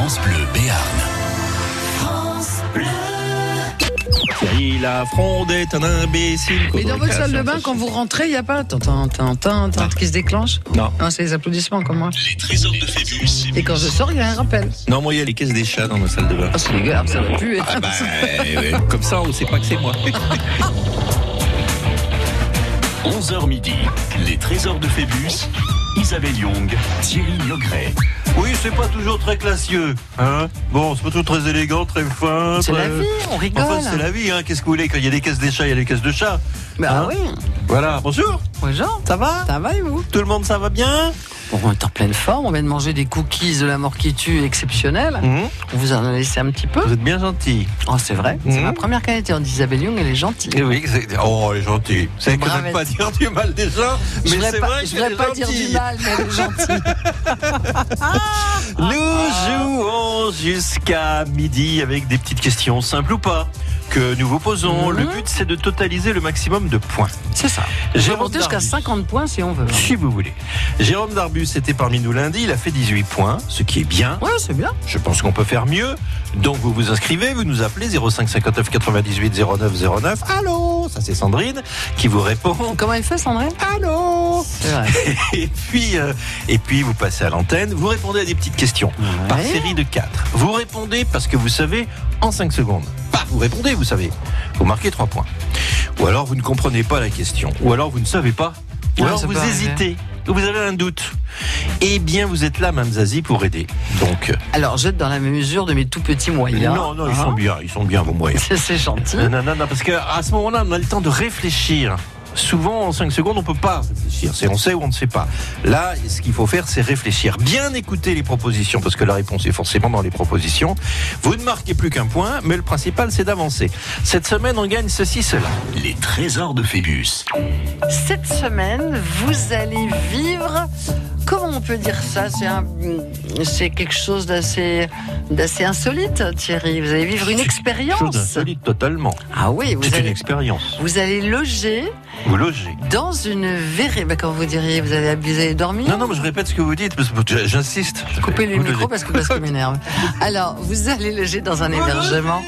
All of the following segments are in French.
France Bleu Béarn. France Bleu. Il a frondé un imbécile. Mais dans votre salle de bain, quand vous rentrez, il n'y a pas qui se déclenche? Non. Non, c'est les applaudissements comme moi. Les trésors de Phébus. Et quand je sors, il y a un rappel. Non, moi, il y a les caisses des chats dans ma salle de bain. Ah, c'est dégueulasse, ça va plus être. Ah bah, comme ça, on ne sait pas que c'est moi. 11h midi, les trésors de Phébus. Isabelle Young, Thierry Liogret. Oui, c'est pas toujours très classieux, hein. Bon, c'est pas toujours très élégant, très fin. C'est très... la vie, on rigole. Enfin, c'est la vie, hein. Qu'est-ce que vous voulez? Quand il y a des caisses des chats, il y a des caisses de chats. Bah oui. Voilà, bonjour. Bonjour. Ça va? Ça va et vous? Tout le monde, ça va bien? Bon, on est en pleine forme, on vient de manger des cookies de la mort qui tue exceptionnels. On vous en a laissé un petit peu. Vous êtes bien gentil. Oh, c'est vrai, c'est ma première qualité. On dit Isabelle Young, elle est gentille. Eh oui, oh, elle est gentille. C'est quand même Bravette. pas dire du mal des gens, mais c'est vrai Je qu'elle voudrais est pas dire gentille. du mal, mais elle est gentille. Nous jouons jusqu'à midi avec des petites questions simples ou pas que nous vous posons. Le but, c'est de totaliser le maximum de points. C'est ça. On peut Jérôme monter jusqu'à Darbus. 50 points si on veut. Si vous voulez. Jérôme Darbus était parmi nous lundi, il a fait 18 points, ce qui est bien. Ouais, c'est bien. Je pense qu'on peut faire mieux. Donc vous vous inscrivez, vous nous appelez 05 59 98 09 09. Allô, ça c'est Sandrine qui vous répond. Comment elle fait, Sandrine? Allô. C'est vrai. Et puis vous passez à l'antenne, vous répondez à des petites questions par Ouais. série de 4. Vous répondez parce que vous savez en 5 secondes. Bah, vous répondez, vous savez. Vous marquez 3 points. Ou alors vous ne comprenez pas la question. Ou alors vous ne savez pas. Ou Ouais, alors ça vous peut arriver. hésitez. Ou vous avez un doute. Eh bien, vous êtes là, Mme Zazie, pour aider. Donc, Alors, jette dans la mesure de mes tout petits moyens. non, ils sont bien, vos moyens. C'est gentil. Non, parce qu'à ce moment-là, on a le temps de réfléchir. Souvent, en 5 secondes, on ne peut pas réfléchir. On sait ou on ne sait pas. Là, ce qu'il faut faire, c'est réfléchir. Bien écouter les propositions, parce que la réponse est forcément dans les propositions. Vous ne marquez plus qu'un point, mais le principal, c'est d'avancer. Cette semaine, on gagne ceci, cela. Les trésors de Phébus. Cette semaine, vous allez vivre. Comment on peut dire ça? C'est quelque chose d'assez insolite, Thierry. Vous allez vivre une Chose expérience. insolite, totalement. Ah oui, C'est une expérience. vous allez loger Vous logez. dans une quand vous diriez, vous allez dormir. Non, mais je répète ce que vous dites, parce que j'insiste. Coupez le Vous micro logez. parce qu'il m'énerve. Alors, vous allez loger dans un hébergement.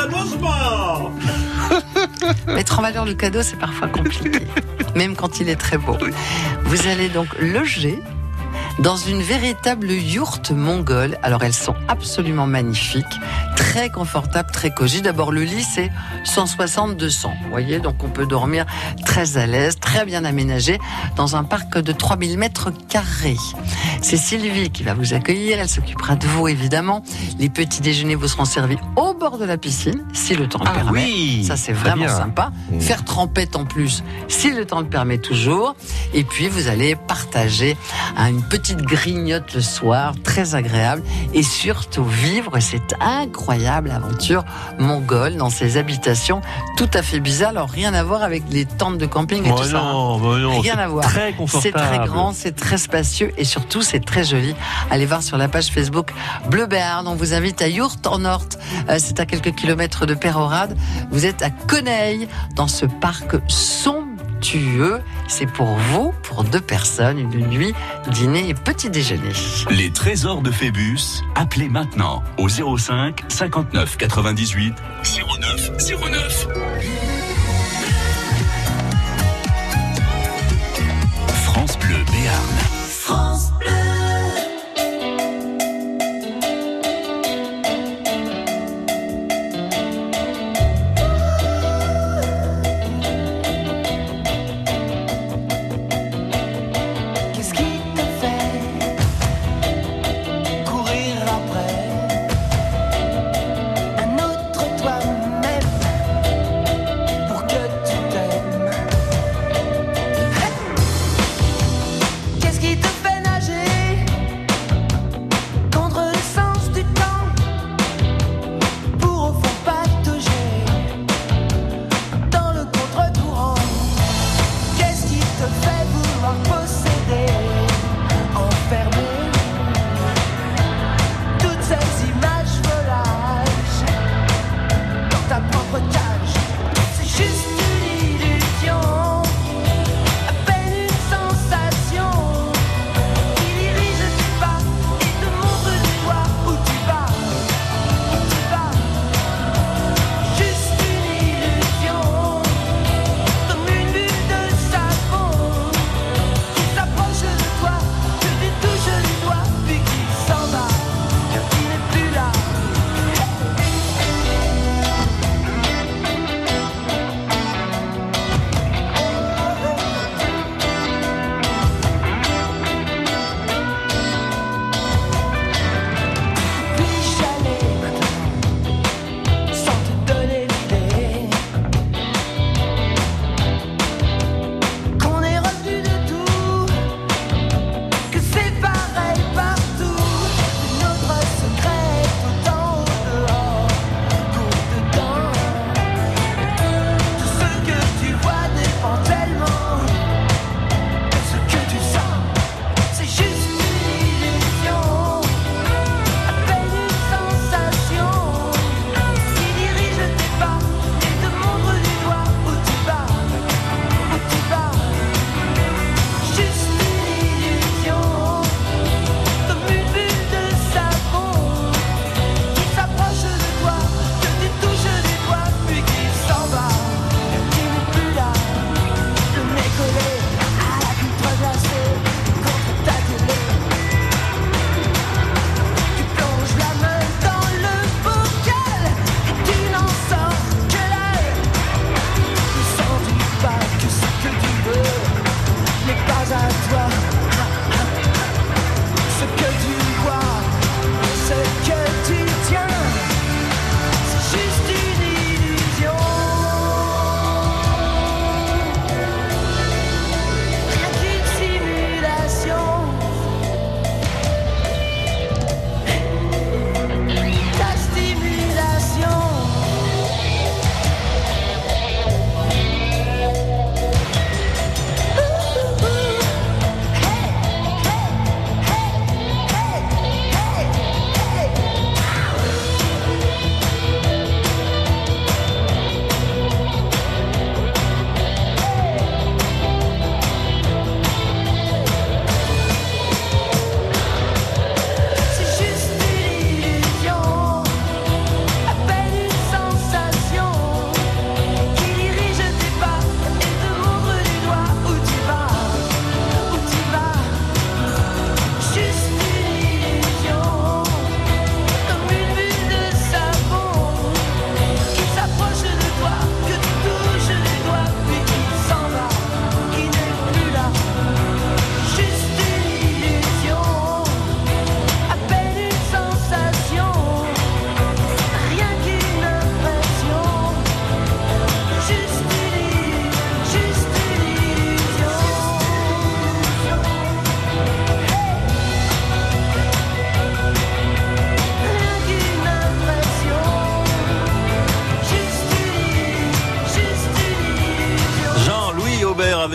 Mettre en valeur le cadeau, c'est parfois compliqué, même quand il est très beau. Vous allez donc loger dans une véritable yourte mongole. Alors, elles sont absolument magnifiques, très confortables, très cosy. D'abord, le lit, c'est 160-200. Vous voyez, donc on peut dormir très à l'aise, très bien aménagé, dans un parc de 3000 mètres carrés. C'est Sylvie qui va vous accueillir. Elle s'occupera de vous, évidemment. Les petits déjeuners vous seront servis au bord de la piscine, si le temps le permet. oui, Ça, c'est très vraiment bien. sympa. Faire trempette en plus, si le temps le permet toujours. Et puis, vous allez partager une petite grignote le soir, très agréable. Et surtout, vivre cette incroyable aventure mongole dans ces habitations tout à fait bizarres. Alors, rien à voir avec les tentes de camping et tout ça. non, Rien c'est à voir. Très C'est confortable. très grand, c'est très spacieux et surtout c'est très joli. Allez voir sur la page Facebook Bleu Béarn. On vous invite à Yourt-en-Horte. C'est à quelques kilomètres de Pérorade. Vous êtes à Coneille, dans ce parc somptueux. C'est pour vous, pour 2 personnes, une nuit, dîner et petit déjeuner. Les trésors de Phébus. Appelez maintenant au 05 59 98 09 09. France Bleu Béarn. Qu'est-ce qui te fait courir après un autre toi-même pour que tu t'aimes? Qu'est-ce qui te fait nager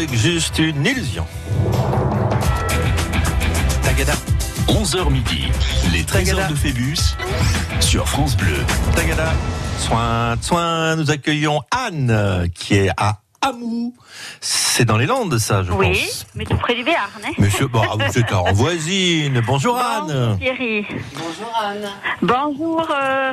avec juste une illusion. Tagada. 11h midi, les trésors de Phébus sur France Bleu. Tagada. Soin, nous accueillons Anne qui est à Amou. C'est dans les Landes, ça, je pense. Oui, mais tout près du Béarn. Hein. Monsieur, bon, vous êtes en voisine. Bonjour Anne. Bonjour Thierry. Bonjour Anne. Bonjour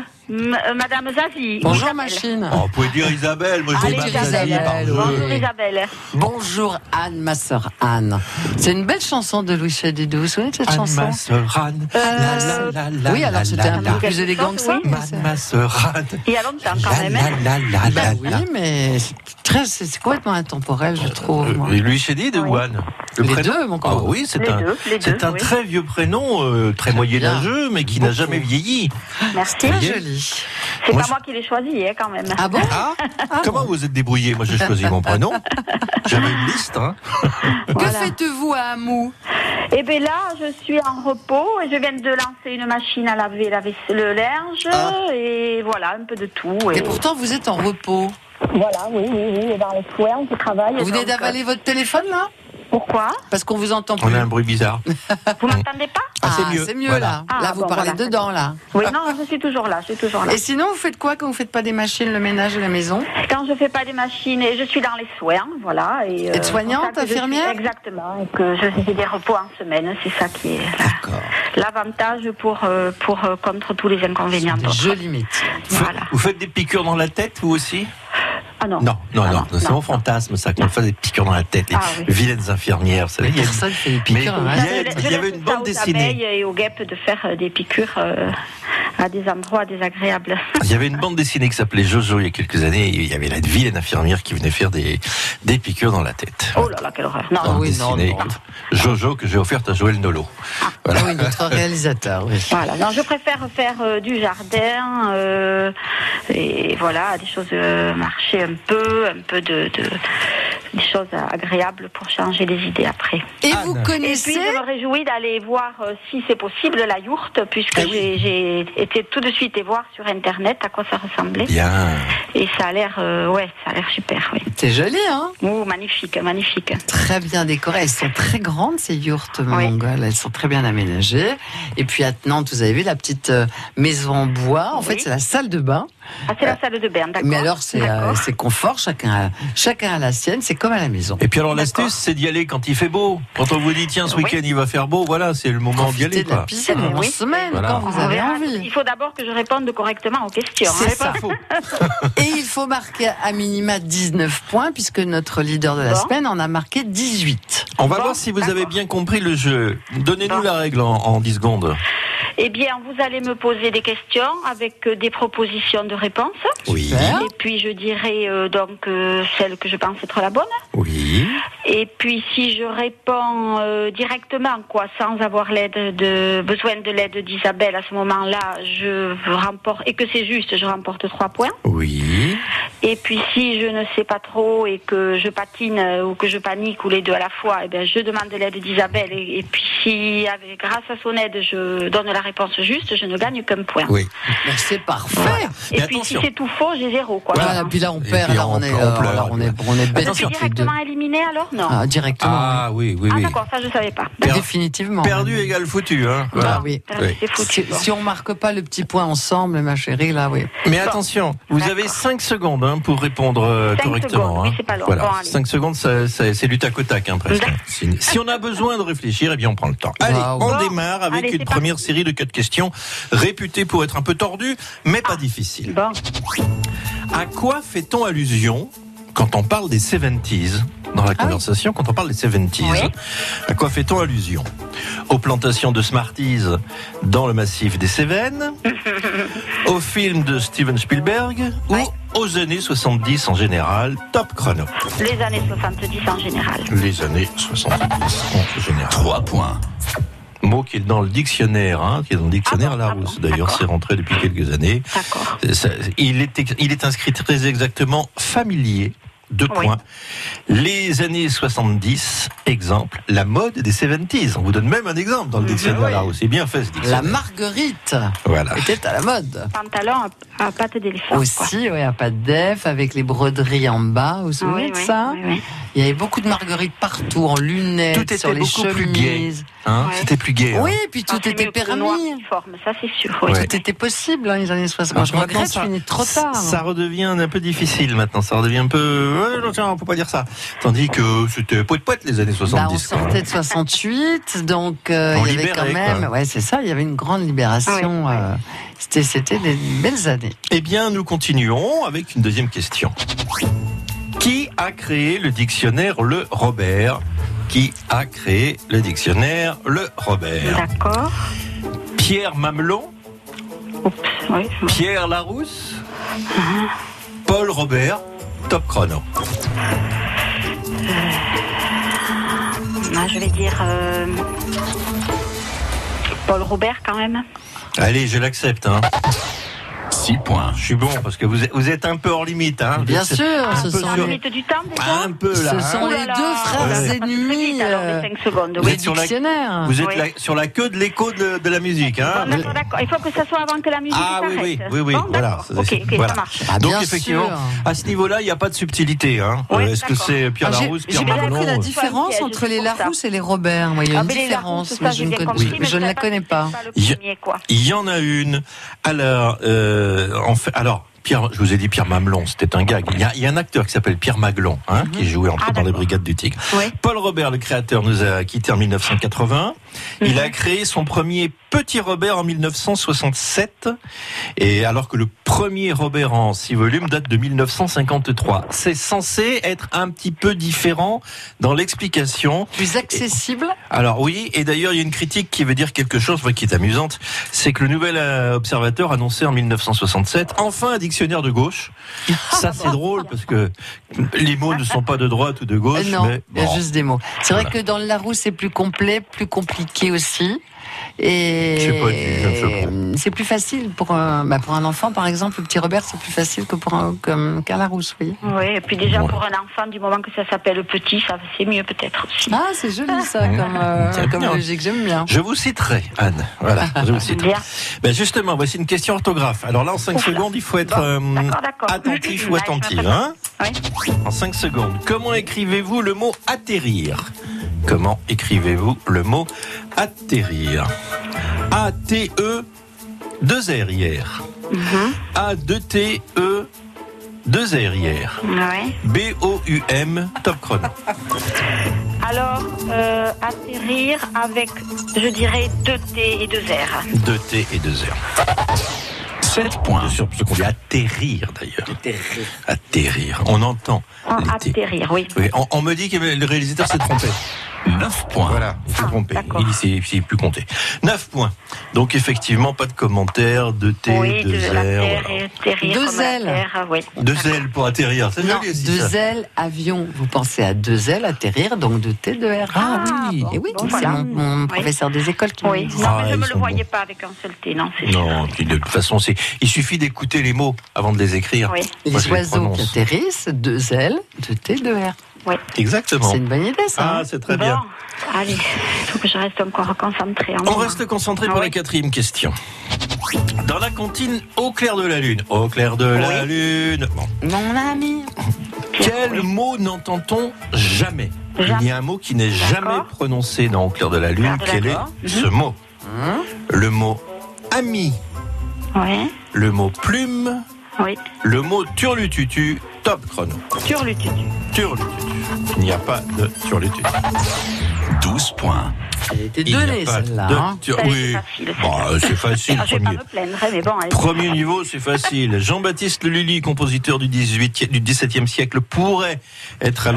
Madame Zazie. Bonjour Isabelle. machine. Oh, vous pouvez dire Isabelle. Moi, je Allez, dis Zazie, Isabelle. pardon. Bonjour Isabelle. Bonjour Anne, ma sœur Anne. C'est une belle chanson de Louis Chédidou. Vous vous souvenez de cette Anne, chanson? ma sœur Anne. Oui, alors c'était un peu plus élégant que ça. Oui. mais Ma sœur Anne. Il y a longtemps quand même. Hein. Bah oui, mais c'est complètement intemporel, je trouve. moi. Louis Chédid ou Oui. Anne? Les deux, mon Ah copain. oui, c'est Les un, deux, c'est un oui. très vieux prénom, très moyenâgeux, mais qui n'a Beaucoup. jamais vieilli. Merci. Très voyez joli. C'est Moi, pas moi qui l'ai choisi hein, quand même. Ah bon? Ah, comment vous êtes débrouillé? Moi, j'ai choisi mon prénom. J'avais une liste, hein. Que Voilà. faites-vous à Amou? Et bien là, je suis en repos et je viens de lancer une machine à laver le linge et voilà, un peu de tout. Et pourtant, vous êtes en repos. Voilà, oui, et dans les soins, je travaille. Vous venez d'avaler votre téléphone, là? Pourquoi? Parce qu'on vous entend On plus. a un bruit bizarre. Vous m'entendez pas? Ah, c'est mieux. Voilà. là. Ah, Là, vous bon, parlez voilà. dedans, là. Oui, non, je suis toujours là, Et sinon, vous faites quoi quand vous faites pas des machines, le ménage de la maison? Quand je fais pas des machines, et je suis dans les soins, voilà. Et, Aide-soignante, c'est pour ça que je suis- infirmière? Exactement, et que je fais des repos en semaine, c'est ça qui est D'accord. l'avantage pour contre tous les inconvénients. Des d'autres. jolis métiers. Voilà. Vous faites des piqûres dans la tête, vous aussi? Ah non. Non, Ah c'est mon fantasme, ça, qu'on fasse des piqûres dans la tête. Les Ah oui. vilaines infirmières, vous savez. il y a- Personne fait des piqûres. Mais- hein. il y avait une laisse bande ça aux dessinée. abeilles et aux guêpes de faire des piqûres à des endroits désagréables. Il y avait une bande dessinée qui s'appelait Jojo il y a quelques années. Il y avait la vilaine infirmière qui venait faire des piqûres dans la tête. Oh là là, quelle horreur. Non, Ah Bande oui, non, dessinée. non. Jojo que j'ai offerte à Joël Nolo. Ah oui, notre réalisateur, oui. Voilà, non, je préfère faire du jardin et voilà, des choses marcher un peu de des choses agréables pour changer les idées après. Et Anne. vous Et puis connaissez je me réjouis d'aller voir si c'est possible la yourte puisque Ah oui. j'ai été tout de suite et voir sur internet à quoi ça ressemblait Bien. et ça a l'air super, oui. C'est joli, hein? Oh, magnifique. Très bien décorées. Elles sont très grandes, ces yourtes Oui. mongoles. Elles sont très bien aménagées. Et puis à Nantes, vous avez vu la petite maison en bois. En Oui. fait, c'est la salle de bain. Ah, c'est la salle de bain, d'accord. Mais alors, c'est D'accord. confort. Chacun a la sienne. C'est comme à la maison. Et puis alors D'accord. l'astuce, c'est d'y aller quand il fait beau. Quand on vous dit tiens ce Oui. week-end il va faire beau, voilà, c'est le moment d'y Profitez aller. de la Quoi. piscine Oui. en semaine, Voilà. quand vous On avez verra. envie. Il faut d'abord que je réponde correctement aux questions. C'est hein. ça. Faux. Et il faut marquer à minima 19 points, puisque notre leader de la Bon. semaine en a marqué 18. On va Bon, voir si vous avez d'accord. bien compris le jeu. Donnez-nous Bon. la règle en 10 secondes. Eh bien, vous allez me poser des questions avec des propositions de réponses. Oui. Super. Et puis, je dirai celle que je pense être la bonne. Oui. Et puis, si je réponds directement, sans avoir besoin de l'aide d'Isabelle à ce moment-là, je remporte, et que c'est juste, je remporte 3 points. Oui. Et puis, si je ne sais pas trop et que je patine ou que je panique ou les deux à la fois, eh bien, je demande de l'aide d'Isabelle. Et puis, si grâce à son aide, je donne la réponse juste, je ne gagne qu'un point. Oui. Ben, c'est parfait. Voilà. Et Mais puis, attention. si c'est tout faux, j'ai 0, quoi. Voilà, puis là on Et perd, puis là on on est, pleure. là, on est bête Je suis sur les deux. directement éliminé alors? Non. Ah, directement. Ah oui, oui, Ah, oui. d'accord, ça je savais pas. Per- Définitivement. Perdu égale foutu, hein. Voilà. Ah oui. Ah, c'est foutu. Si, si on marque pas le petit point ensemble, ma chérie, là, oui. Mais attention, vous D'accord. avez 5 secondes pour répondre 5 correctement. secondes, oui, c'est pas long. Voilà. Bon, allez. 5 secondes, c'est du tac au tac, presque. D'accord. Si on a besoin de réfléchir, eh bien on prend le temps. Allez, Waouh. on Bon. démarre avec Allez, une c'est première série de 4 questions réputées pour être un peu tordues, mais pas difficiles. Bon, À quoi fait-on allusion quand on parle des 70s dans la conversation, quand on parle des 70s, Oui. à quoi fait-on allusion? Aux plantations de Smarties dans le massif des Cévennes, au film de Steven Spielberg ou aux années 70 en général? Top chrono. les années 70 en général. Les années 70 en général. 3 points. Mot qui est dans le dictionnaire, qui est dans le dictionnaire Ah bon, Larousse. ah bon, D'ailleurs, d'accord. c'est rentré depuis quelques années. D'accord. Il est inscrit très exactement familier 2 Oui. points. Les années 70, exemple, la mode des 70s. On vous donne même un exemple dans le dictionnaire Larousse. C'est bien fait ce La dictionnaire. marguerite Voilà. était à la mode. Pantalon à pattes d'éléphant. quoi. Aussi, oui, à pas de def, avec les broderies en bas, vous vous souvenez Oui, de oui, ça? oui, oui. Il y avait beaucoup de marguerites partout, en lunettes, Tout était sur les beaucoup plus gai. chemises. Hein, Ouais. C'était plus gai. hein. Oui, puis tout Ah, c'est était mieux que le noir permis. uniforme, ça c'est sûr. Oui. Ouais. Tout était possible, les années 60. Moi, je Maintenant, regrette, je finis trop tard. Ça redevient un peu difficile maintenant. Ça redevient un peu. Ouais, non, tiens, on peut pas dire ça. Tandis que c'était poète les années 70. Bah, on quoi. sortait de 68, donc On il y avait libérait, quand même, quoi. ouais, c'est ça, il y avait une grande libération. Oui. C'était des belles années. Eh bien, nous continuons avec une deuxième question. Qui a créé le dictionnaire Le Robert? Qui a créé le dictionnaire Le Robert? D'accord. Pierre Mamelon? Oups, oui. Pierre Larousse? Paul Robert? Top chrono. Ah, je vais dire Paul Robert quand même. Allez, je l'accepte. Hein. 6 points. Je suis bon parce que vous êtes un peu hors limite. Hein. Bien C'est sûr, un ce peu sont sur- les, Limite du temps déjà. Un peu là. ce hein. sont Oh là les là, deux frères ouais. Ça passe très ennemis vite, alors, les 5 secondes. Vous Oui. êtes sur la- dictionnaire. Vous êtes Oui. sur la queue de l'écho de la musique. Hein. Bon, d'accord, d'accord. Il faut que ça soit avant que la musique Ah s'arrête. oui, Bon, voilà. d'accord. Ok, Voilà. ça marche. Ah, Donc bien effectivement, sûr. à ce niveau-là, il n'y a pas de subtilité. Hein. Oui, Est-ce que d'accord. c'est Pierre Ah, Larousse, Pierre j'ai pas Mamelon, compris la Mamelon différence piège, entre c'est les pour ça. Larousse et les Robert. Moi, il y a Ah, une mais les différence, Larousse, mais ça, je j'ai ne bien connais, compris, mais je ne la savais pas connais que pas. c'était Il y le a- premier, quoi. Il y en a une. Alors, Pierre, je vous ai dit Pierre Mamelon, c'était un gag. Il y a un acteur qui s'appelle Pierre Maglon, hein, qui jouait entre Ah, autres dans les d'accord. Brigades du Tigre. Oui. Paul Robert, le créateur, nous a quittés en 1980. Il a créé son premier Petit Robert en 1967, et alors que le premier Robert en 6 volumes date de 1953. C'est censé être un petit peu différent dans l'explication. Plus accessible. Alors oui, et d'ailleurs il y a une critique qui veut dire quelque chose, qui est amusante, c'est que le Nouvel Observateur annonçait en 1967 enfin un dictionnaire de gauche. Ça c'est drôle parce que les mots ne sont pas de droite ou de gauche, Non, mais il y a bon. juste des mots. C'est vrai Voilà. que dans le Larousse, c'est plus complet, plus compliqué aussi. Et Je sais pas, je ne sais pas. c'est plus facile pour un enfant, par exemple. Le petit Robert, c'est plus facile que qu'un Larousse, vous voyez. Oui, et puis déjà Voilà. pour un enfant, du moment que ça s'appelle petit, ça c'est mieux peut-être aussi. Ah, c'est joli ça, C'est comme bien. logique, j'aime bien. Je vous citerai, Anne. Voilà, je vous citerai. Bien. Ben justement, voici une question orthographe. Alors là, en 5 Oula. secondes, il faut être Bon, d'accord. attentif ou Allez, attentive. je Hein Oui. En 5 secondes. Comment écrivez-vous le mot atterrir? Comment écrivez-vous le mot atterrir? A-T-E, 2 R hier. A-2-T-E, 2 R hier. Oui. B-O-U-M, top chrono. Alors, atterrir avec, je dirais, 2 T et 2 R. 2 T et 2 R. 7 points. Bien sûr, ce qu'on dit atterrir d'ailleurs. Atterrir. On entend les T. Atterrir, oui. Oui, on me dit que le réalisateur s'est trompé. 9 points. Voilà, il s'est trompé. d'accord. Il s'est plus compté. 9 points. Donc effectivement, pas de commentaire, de T, Oui, de de R. la terre Voilà. et atterrir Deux comme la ailes. terre, oui. 2 ailes pour atterrir. C'est Non, joli aussi, 2 ça. ailes, avion. Vous pensez à 2 ailes, atterrir, donc 2 T, 2 R. Ah, oui. Et oui, Bon, c'est voilà. mon Oui. professeur des écoles qui m'a Oui, dit non, ça. mais je ils me sont le voyais bons. pas avec un seul T, non, c'est sûr. Non, puis de toute façon, il suffit d'écouter les mots avant de les écrire. Oui. Moi, Les je les oiseaux qui prononce. atterrissent, 2 ailes, 2 T, 2 R. Oui. Exactement. C'est une bonne idée, ça. Ah, hein. c'est très Bon, bien. allez, il faut que je reste encore concentrée. On reste concentré pour Oui. la 4e question. Dans la cantine au clair de la lune. Au clair de la lune. Bon. Mon ami. Quel mot n'entend-on jamais? Il y a un mot qui n'est jamais prononcé dans Au clair de la lune. Au clair de la Quel est lune. ce mot? Le mot ami, Oui, le mot plume, oui. le mot turlututu. Top chrono. Sur le tutu. Turlututu. Il n'y a pas de turlututu. 12 points. Elle était Il n'y a donnée, pas celle-là. de hein. tur- Ça, Oui, c'est facile, Bon, c'est facile. Ah, je vais pas Premier. me plaindre, mais bon. allez. Premier niveau, c'est facile. Jean-Baptiste Lully, compositeur du XVIIe siècle, pourrait être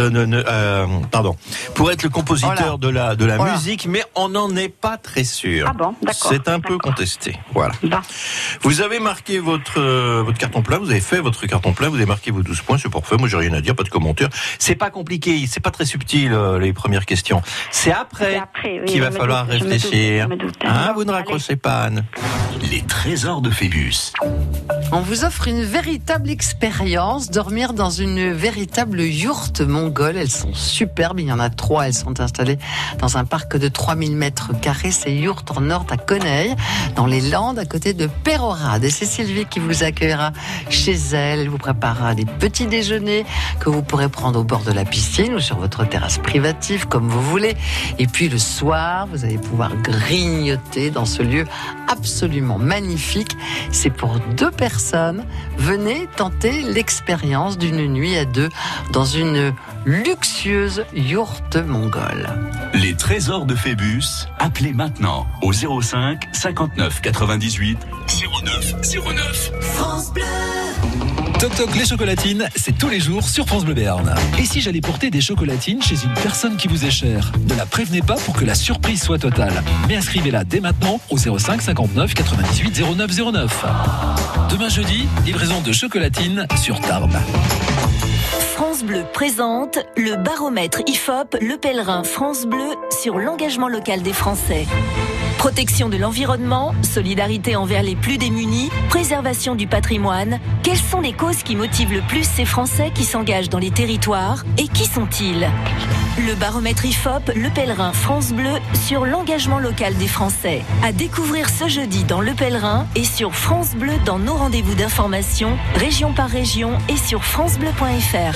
pourrait être le compositeur de la Voilà. musique, mais on n'en est pas très sûr. Ah bon, d'accord. C'est un peu D'accord. contesté. Voilà. Bon. Vous avez marqué votre carton plein, vous avez fait votre carton plein, vous avez marqué vos 12 points, c'est parfait. Moi, j'ai rien à dire, pas de commentaire. C'est pas compliqué, c'est pas très subtil, les premières questions. C'est après, C'est après, oui, qu'il qu'il va falloir réfléchir. Je me doute. Ah, vous ne Allez. raccrochez pas, Anne. Les trésors de Phébus. On vous offre une véritable expérience, dormir dans une véritable yourte mongole. Elles sont superbes, il y en a 3, elles sont installées dans un parc de 3000 mètres carrés. C'est yourte en nord à Coneille, dans les Landes, à côté de Pérorade. Et c'est Sylvie qui vous accueillera chez elle. Elle vous préparera des petits déjeuners que vous pourrez prendre au bord de la piscine ou sur votre terrasse privative, comme vous voulez. Et puis le soir, vous allez pouvoir grignoter dans ce lieu absolument magnifique. C'est pour 2 personnes. Venez tenter l'expérience d'une nuit à 2 dans une luxueuse yourte mongole. Les trésors de Phébus. Appelez maintenant au 05 59 98 09 09. France Bleu. Toc Toc les chocolatines, c'est tous les jours sur France Bleu Béarn. Et si j'allais porter des chocolatines chez une personne qui vous est chère? Ne la prévenez pas pour que la surprise soit totale. Mais inscrivez-la dès maintenant au 05 59 98 09 09. Demain jeudi, livraison de chocolatines sur Tarbes. France Bleu présente le baromètre IFOP Le Pèlerin France Bleu sur l'engagement local des Français. Protection de l'environnement, solidarité envers les plus démunis, préservation du patrimoine. Quelles sont les causes qui motivent le plus ces Français qui s'engagent dans les territoires et qui sont-ils? Le baromètre IFOP Le Pèlerin France Bleu sur l'engagement local des Français. À découvrir ce jeudi dans Le Pèlerin et sur France Bleu dans nos rendez-vous d'information, région par région et sur francebleu.fr.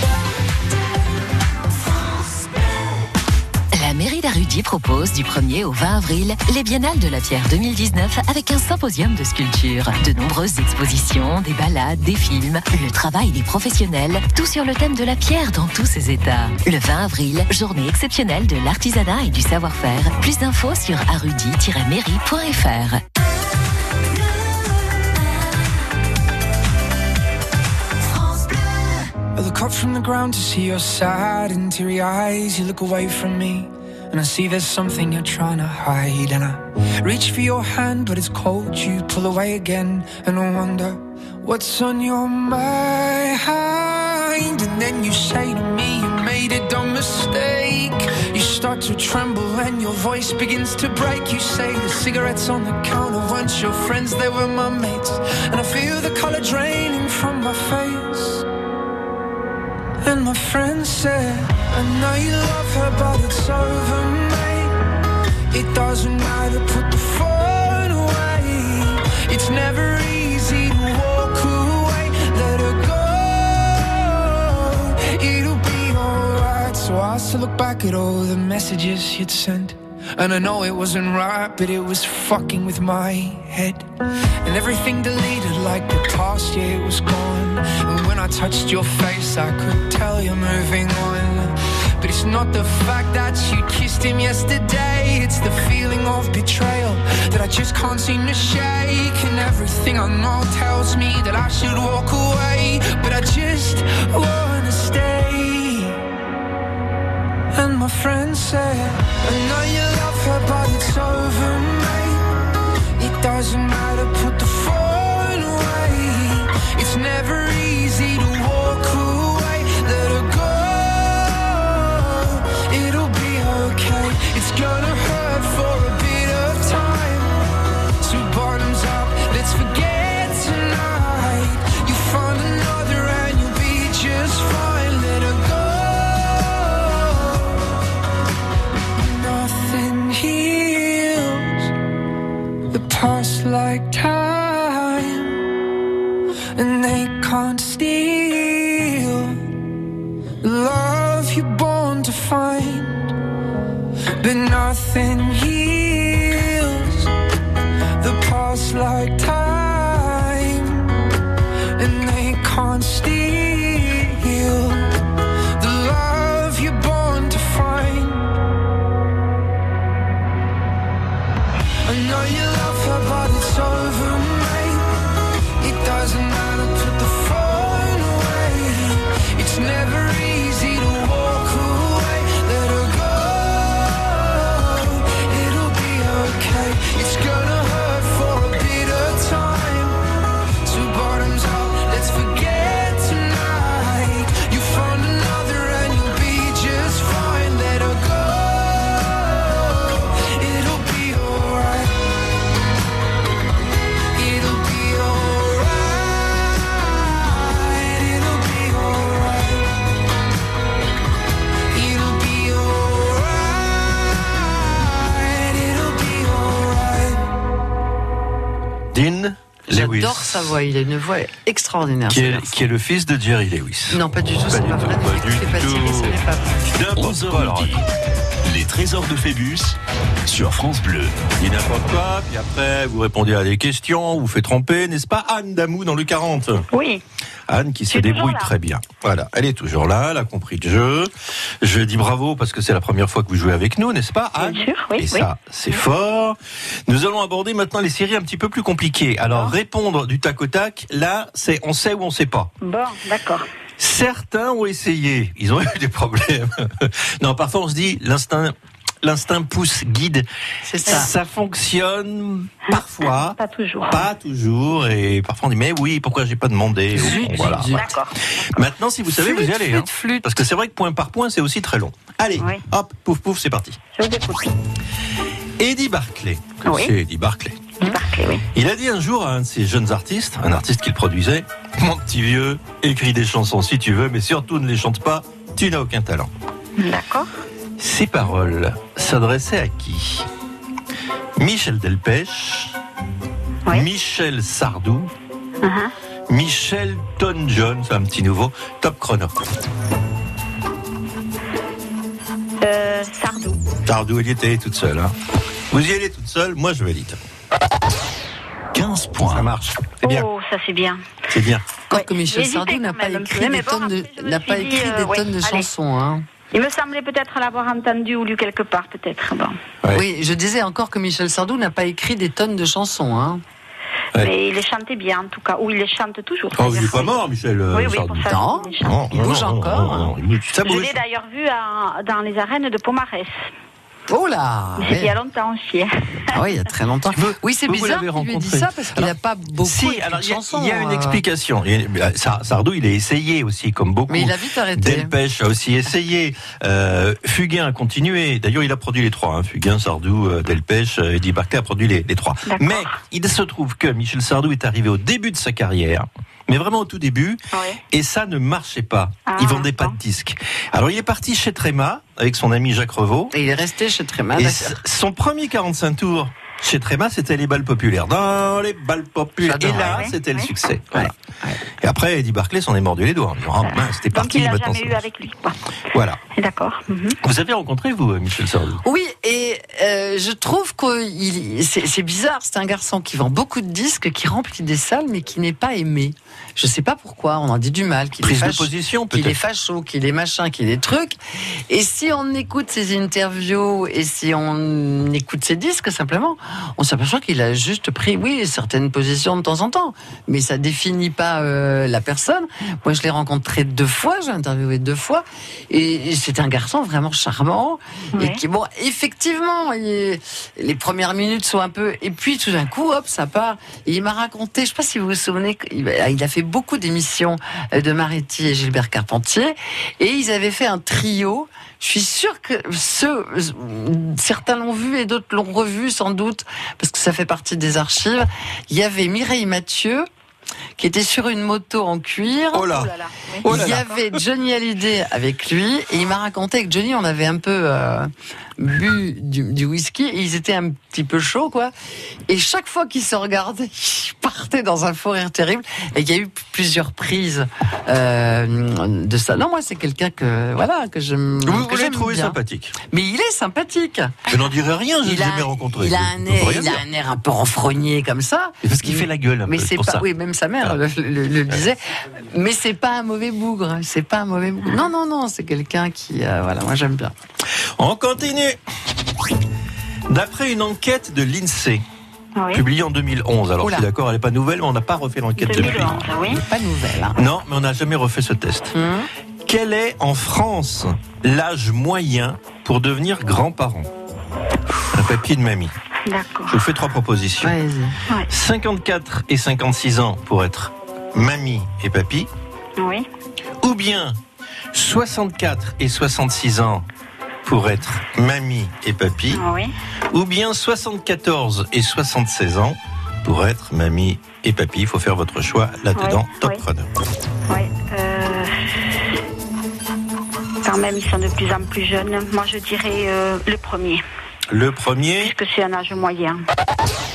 La mairie d'Arudi propose du 1er au 20 avril les Biennales de la Pierre 2019 avec un symposium de sculpture. De nombreuses expositions, des balades, des films, le travail des professionnels, tout sur le thème de la pierre dans tous ses états. Le 20 avril, journée exceptionnelle de l'artisanat et du savoir-faire. Plus d'infos sur arudi-mairie.fr. I look up from the ground to see your sad and teary eyes. You look away from me and I see there's something you're trying to hide. And I reach for your hand but it's cold. You pull away again and I wonder what's on your mind. And then you say to me you made a dumb mistake. You start to tremble and your voice begins to break. You say the cigarettes on the counter weren't your friends, they were my mates. And I feel the color draining from my face. And my friend said, I know you love her, but it's over, mate. It doesn't matter, put the phone away. It's never easy to walk away. Let her go, it'll be alright. So I still look back at all the messages you'd sent. And I know it wasn't right, but it was fucking with my head. And everything deleted like the past, yeah, it was gone. And when I touched your face, I could tell you're moving on. But it's not the fact that you kissed him yesterday. It's the feeling of betrayal that I just can't seem to shake. And everything I know tells me that I should walk away, but I just wanna stay. And my friend said, I know you love her, but it's over, mate. It doesn't matter, put the phone away. It's never easy to walk away. Let her go, it'll be okay. It's gonna hurt for a bit of time. So bottoms up, let's forget tonight. You find another and you'll be just fine. Let her go. Nothing heals the past like time, and they can't steal the love you're born to find. But nothing heals the past like time, and they can't steal the love you're born to find. I know you love her, but it's over, mate. It doesn't matter, put the phone away. It's never easy to walk away. Let her go, it'll be okay. It's gonna hurt for a bit of time. So bottoms up, let's forget tonight. Lewis. J'adore sa voix, il a une voix extraordinaire. Qui est le fils de Jerry Lewis. Non, pas du tout, c'est pas vrai. C'est pas Thierry, ce n'est pas vrai. N'importe 11h quoi, alors. midi. Les trésors de Phébus sur France Bleu. Dis n'importe quoi, puis après, vous répondez à des questions, vous faites tromper, n'est-ce pas, Anne Damou dans le 40? Oui. Anne qui se Je suis toujours débrouille là. très bien. Voilà, elle est toujours là, elle a compris le jeu. Je dis bravo parce que c'est la première fois que vous jouez avec nous, n'est-ce pas, Anne? Bien sûr, oui. Et ça, c'est fort. Nous allons aborder maintenant les séries un petit peu plus compliquées. Alors, répondre du tac au tac, là, c'est on sait ou on sait pas. Bon, d'accord. Certains ont essayé, ils ont eu des problèmes. Non, parfois on se dit, l'instinct pousse, guide. C'est ça. Ça fonctionne parfois. Pas toujours. Pas toujours, et parfois on dit mais oui, pourquoi j'ai pas demandé. Zut, Voilà. zut. D'accord. Maintenant, si vous savez, vous y allez, hein. Flûte. Parce que c'est vrai que point par point, c'est aussi très long. Allez, Oui. hop, pouf pouf, c'est parti. Je vous écoute. Eddie Barclay, Oui. c'est Eddie Barclay. Barclay, oui. Il a dit un jour à un de ses jeunes artistes, un artiste qu'il produisait, mon petit vieux, écris des chansons si tu veux, mais surtout ne les chante pas, tu n'as aucun talent. D'accord. Ces paroles s'adressaient à qui? Michel Delpech, Oui. Michel Sardou, Uh-huh. Michel Ton-John, c'est un petit nouveau, top chrono. Sardou. Sardou, elle y était toute seule. Hein. Vous y allez toute seule, moi je valide. 15 points. Ça marche, c'est bien, Oh, ça c'est bien. c'est bien. Encore Ouais, que Michel j'hésitais Sardou n'a quand pas même un écrit peu, mais des bon, tonnes après, je me n'a suis pas dit, écrit des ouais, tonnes de allez. chansons. Hein. Il me semblait peut-être l'avoir entendu ou lu quelque part, peut-être. Bon. Ouais. Oui, je disais encore que Michel Sardou n'a pas écrit des tonnes de chansons. Hein. Ouais. Mais il les chantait bien, en tout cas. Ou il les chante toujours. Oh, il c'est-à-dire. n'est pas mort, Michel Oui, oui, Sardou. pour ça. Non. il les chante. Non, Il bouge encore. il bouge. Ça Je bouge. l'ai d'ailleurs vu dans les arènes de Pomarès. Oh là C'était il y ouais. a longtemps aussi. Ah oui, il y a très longtemps. Oui, c'est vous bizarre l'avez qu'il lui ait dit rencontré. ça parce qu'il n'a pas beaucoup Si, écrit alors de il y a- chansons. il y a une explication. Sardou, il a essayé aussi, comme beaucoup. Mais il a vite arrêté. Delpech a aussi essayé. Fugain a continué. D'ailleurs, il a produit les trois. Hein. Fugain, Sardou, Delpech, Eddie Barclay a produit les trois. D'accord. Mais il se trouve que Michel Sardou est arrivé au début de sa carrière. Mais vraiment au tout début, Oui. et ça ne marchait pas. Ah, Il vendait pas bon. de disques. Alors il est parti chez Tréma avec son ami Jacques Revaux. Et il est resté chez Tréma. Et d'accord. son premier 45 tours chez Tréma, c'était les balles populaires. Dans les balles populaires. Et J'adore. là, Ouais, c'était le ouais. succès. Voilà. Ouais. Et après, Eddie Barclay s'en est mordu les doigts. En disant, ah, mince, c'était Donc parti. il l'a maintenant, jamais c'est- eu avec lui. Quoi. Voilà. D'accord. Mhm. Vous avez rencontré, vous, Michel Sardou? Oui, et je trouve que c'est bizarre. C'est un garçon qui vend beaucoup de disques, qui remplit des salles, mais qui n'est pas aimé. Je sais pas pourquoi. On en dit du mal. Qu'il Prise est de fâche- position, qu'il est peut-être. facho, qu'il est machin, qu'il est truc. Et si on écoute ses interviews et si on écoute ses disques, simplement, on s'aperçoit qu'il a juste pris, oui, certaines positions de temps en temps. Mais ça définit pas la personne. Moi, je l'ai rencontré 2 fois, j'ai interviewé 2 fois. Et c'est un garçon vraiment charmant. Ouais. Et qui, bon, effectivement, les premières minutes sont un peu. Et puis tout d'un coup, hop, ça part. Et il m'a raconté, je sais pas si vous vous souvenez, il a fait beaucoup d'émissions de Maretti et Gilbert Carpentier. Et ils avaient fait un trio. Je suis sûre que certains l'ont vu et d'autres l'ont revu sans doute, parce que ça fait partie des archives. Il y avait Mireille Mathieu, qui était sur une moto en cuir. Oh là. Oh là là. Oui. Oh là Il y là. avait Johnny Hallyday avec lui, et il m'a raconté que Johnny, on avait un peu bu du whisky, et ils étaient un petit peu chauds, quoi. Et chaque fois qu'ils se regardaient, ils partaient dans un fou rire terrible. Et il y a eu plusieurs prises de ça. Non, moi, c'est quelqu'un que j'aime. Vous que l'avez j'aime trouvé bien. sympathique. Mais il est sympathique. Je n'en dirai rien, je ne l'ai Il a, jamais rencontré. il a Je un peux air, rien il a dire. un air un peu renfrogné comme ça. C'est parce qu'il fait la gueule un Mais peu, c'est pour pas, ça. oui, même sa mère le disait. Mais c'est pas un mauvais bougre. C'est pas un mauvais bougre. Non, c'est quelqu'un qui, voilà, moi j'aime bien. On continue. D'après une enquête de l'INSEE, Oui. publiée en 2011, alors Oula. je suis d'accord, elle n'est pas nouvelle, mais on n'a pas refait l'enquête depuis. 2011, oui. Pas nouvelle. Hein. Non, mais on n'a jamais refait ce test. Quel est en France l'âge moyen pour devenir grand-parent? Un papier de mamie. D'accord. Je vous fais 3 propositions. Vas-y. 54 et 56 ans pour être mamie et papy, Oui. ou bien 64 et 66 ans pour être mamie et papy, Oui. ou bien 74 et 76 ans pour être mamie et papy. Il faut faire votre choix là-dedans. Oui, Top oui. chrono. Oui. Quand même, ils sont de plus en plus jeunes. Moi, je dirais le premier, Le premier, puisque c'est un âge moyen.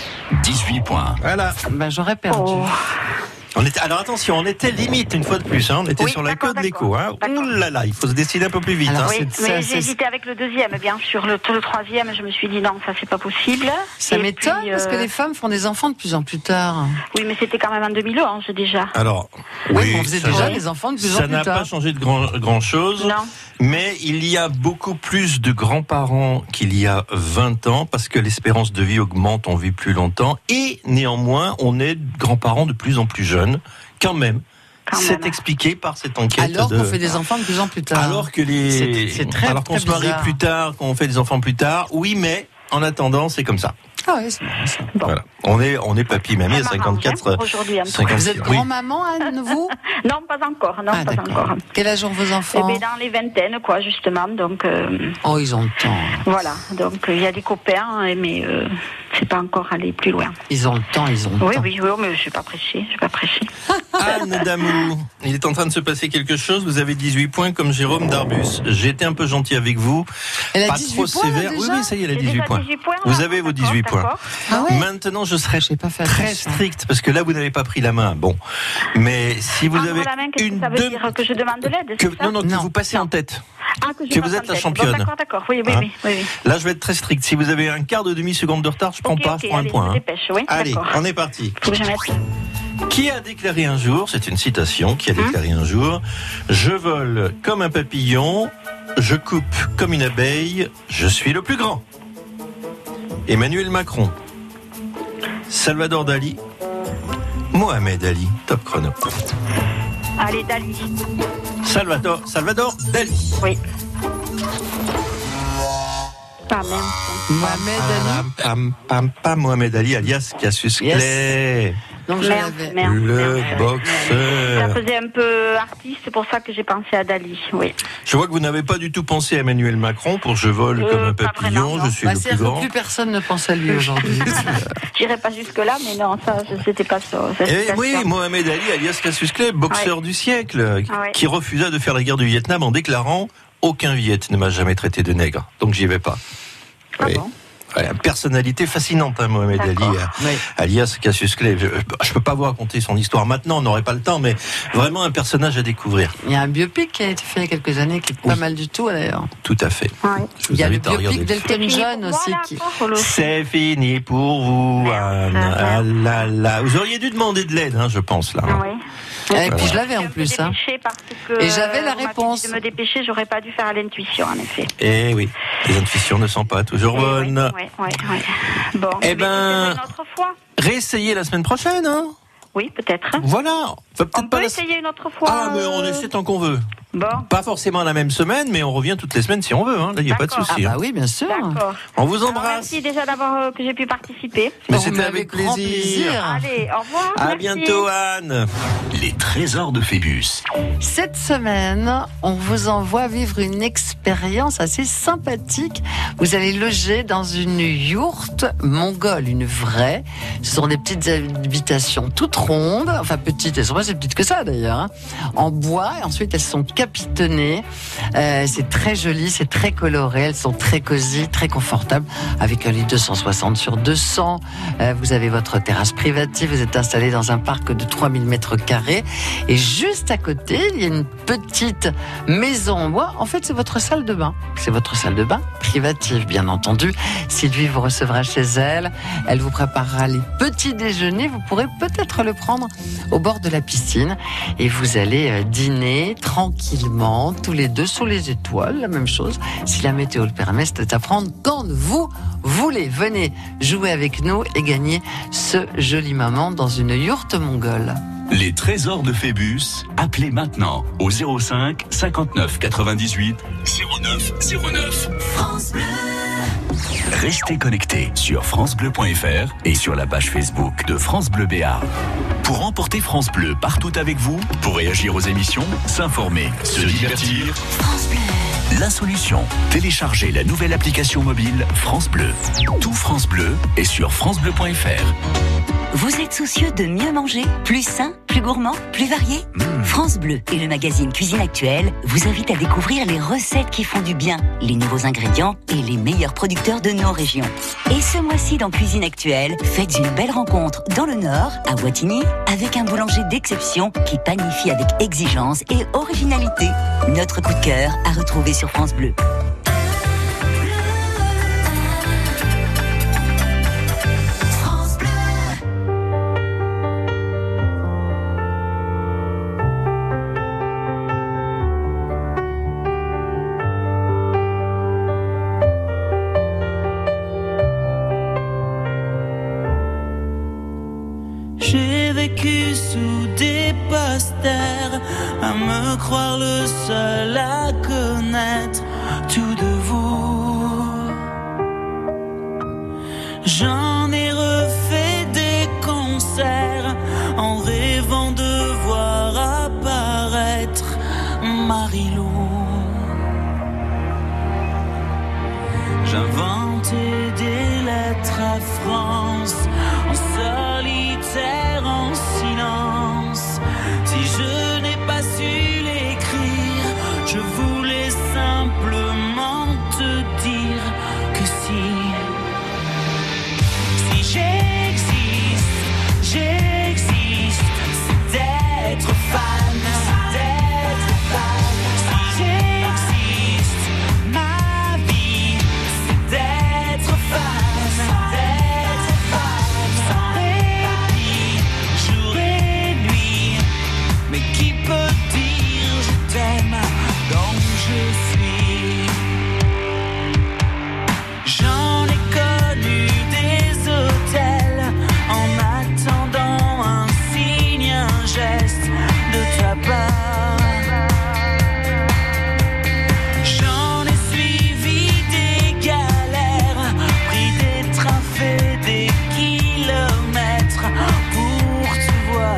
18 points. Voilà. Ben, j'aurais perdu. Oh. Alors attention, on était limite une fois de plus. On était sur la d'accord, côte d'écho. d'accord. Ouh là là, il faut se décider un peu plus vite. Alors, Oui, c'est- mais ça, j'ai hésité avec le deuxième, bien sûr. Le troisième, je me suis dit non, ça c'est pas possible. Ça Et m'étonne puis, parce que les femmes font des enfants de plus en plus tard. Oui, mais c'était quand même en 2011 déjà. Alors, Oui, on faisait ça- déjà des enfants de plus en ça plus n'a tard. pas changé de grand chose. Non. Mais il y a beaucoup plus de grands-parents qu'il y a 20 ans parce que l'espérance de vie augmente, on vit plus longtemps et néanmoins on est grands-parents de plus en plus jeunes quand même. C'est expliqué par cette enquête. Alors qu'on fait des enfants de plus en plus tard. Alors que C'est très, alors qu'on très se marie bizarre. plus tard, qu'on fait des enfants plus tard, oui, mais en attendant c'est comme ça. Ah oui, c'est marrant, ça. Voilà. On est papy mamie à Ça 54. m'arrange, hein, aujourd'hui, en tout cas. Vous êtes oui. grand-maman, Anne, vous? Non, pas encore. Non, Ah, pas d'accord. encore. Quel âge ont vos Eh enfants? bien, dans les vingtaines, quoi, justement. Donc, Oh, ils ont le temps. voilà. Donc, il y a des copains, mais c'est pas encore allé plus loin. Ils ont le temps, ils ont le Oui, temps. oui, oui, mais je suis pas pressée. Je suis pas pressée. Anne Damou, il est en train de se passer quelque chose. Vous avez 18 points comme Jérôme Darbus. J'ai été un peu gentil avec vous. Elle a Pas 18 trop points, là, sévère. Oui, déjà oui, ça y est, elle a J'ai 18 déjà points. 18 points, Vous là. avez vos D'accord, 18 points. d'accord. Ah ouais? Maintenant, je serai J'ai pas fait très attention. strict parce que là, vous n'avez pas pris la main. Bon, mais si vous Prendre avez la main, qu'est-ce une que ça veut dire que je demande de l'aide, que, c'est ça non, que Non. vous passez en tête. Ah, je que passe vous en êtes la tête. championne. Bon, d'accord. Oui, oui, Hein oui, oui, oui. Là, je vais être très strict. Si vous avez un quart de demi-seconde de retard, je prends Ok, pas, ok, je prends un allez, point. je me hein. dépêche, oui, Allez, d'accord. on est parti. Faut que je mette. Qui a déclaré un jour, c'est une citation, qui a déclaré un jour, je vole comme un papillon, je coupe comme une abeille, je suis le plus grand. Emmanuel Macron, Salvador Dali, Mohamed Ali, top chrono. Allez, Dali. Salvador Dali. Oui. Pas même. Mohamed Ali. Pam, pam, pam, Mohamed Ali, alias Cassius Clay. Donc je Merde, l'avais. merde. Le merde. Ça boxeur. faisait un peu artiste, c'est pour ça que j'ai pensé à Dali. Oui. Je vois que vous n'avez pas du tout pensé à Emmanuel Macron pour je vole comme un Pas papillon, vraiment, non. je suis Bah, le plus c'est-à-dire que grand. plus personne ne pense à lui aujourd'hui. J'irai pas jusque-là, mais non, ça, c'était pas ça. Eh oui, Mohamed Ali, alias Cassius Clay, boxeur du siècle, qui refusa de faire la guerre du Vietnam en déclarant « Aucun Viet ne m'a jamais traité de nègre, donc j'y vais pas ». Ah Oui. bon? Ouais, personnalité fascinante, hein, Mohamed Ali, D'accord. Oui. alias Cassius Clay. Je peux pas vous raconter son histoire maintenant, on n'aurait pas le temps, mais vraiment un personnage à découvrir. Il y a un biopic qui a été fait il y a quelques années qui est pas Oui. mal du tout d'ailleurs. Tout à fait. Ouais. Je vous Il y a le invite à regarder biopic le film. d'Elton John aussi qui. C'est fini pour vous, Anne. Ah là là. Vous auriez dû demander de l'aide, hein, je pense, là. Oui. Et puis je l'avais en plus. Hein. Parce que Et j'avais la on m'a réponse. dit de me dépêcher, j'aurais pas dû faire à l'intuition, en effet. Eh oui, les intuitions ne sont pas toujours bonnes. Oui. Bon, Eh je vais ben- essayer une autre fois. Réessayez la semaine prochaine, hein. Oui, peut-être. Voilà. Peut-être On pas peut la- essayer une autre fois. Ah, mais on essaie tant qu'on veut. Bon, Pas forcément la même semaine, mais on revient toutes les semaines si on veut. Hein. Là, il n'y a pas de D'accord. souci. Ah hein. bah oui, bien sûr. d'accord. On vous Alors, embrasse. merci déjà d'avoir que j'ai pu participer. Mais Bon, c'était mais avec grand plaisir. Allez, au revoir. À merci. bientôt, Anne. Les trésors de Phébus. Cette semaine, on vous envoie vivre une expérience assez sympathique. Vous allez loger dans une yourte mongole, une vraie. Ce sont des petites habitations toutes rondes, enfin petites, elles sont pas si petites que ça d'ailleurs, hein, en bois. Et ensuite, elles sont capitonnées. C'est très joli, c'est très coloré. Elles sont très cosy, très confortables, avec un lit 260 sur 200. Vous avez votre terrasse privative. Vous êtes installé dans un parc de 3000 mètres carrés. Et juste à côté, il y a une petite maison en bois. En fait, c'est votre salle de bain. C'est votre salle de bain privative, bien entendu. Sylvie vous recevra chez elle. Elle vous préparera les petits déjeuners. Vous pourrez peut-être le prendre au bord de la piscine. Et vous allez dîner tranquillement, tous les deux, sous les étoiles. La même chose, si la météo le permet, c'est à prendre quand vous voulez. Venez jouer avec nous et gagner ce joli moment dans une yourte mongole. Les trésors de Phébus, appelez maintenant au 05 59 98 09 09. France Bleu. Restez connectés sur francebleu.fr et sur la page Facebook de France Bleu Béarn. Pour emporter France Bleu partout avec vous, pour réagir aux émissions, s'informer, se divertir. France Bleu. La solution, téléchargez la nouvelle application mobile France Bleu. Tout France Bleu est sur francebleu.fr. Vous êtes soucieux de mieux manger, plus sain, plus gourmand, plus varié. France Bleu et le magazine Cuisine Actuelle vous invitent à découvrir les recettes qui font du bien, les nouveaux ingrédients et les meilleurs producteurs de nos régions. Et ce mois-ci dans Cuisine Actuelle, faites une belle rencontre dans le Nord, à Wattignies, avec un boulanger d'exception qui panifie avec exigence et originalité. Notre coup de cœur à retrouver sur France Bleu. J'ai vécu sous des posters, à me croire le seul à connaître tout de vous. J'en ai refait des concerts, en rêvant de voir apparaître Marilou. J'inventais des lettres à France, en solitaire, en silence. Si je n'ai pas su l'écrire, je voulais simplement te dire que si j'existe, j'existe, c'est d'être fan, d'être fan. Si j'existe, ma vie, c'est d'être fan, d'être fan. Sans répit, jour et nuit. Mais qui peut dire je t'aime donc je suis. J'en ai connu des hôtels en attendant un signe, un geste de ta part. J'en ai suivi des galères, pris des trains, fait des kilomètres pour te voir.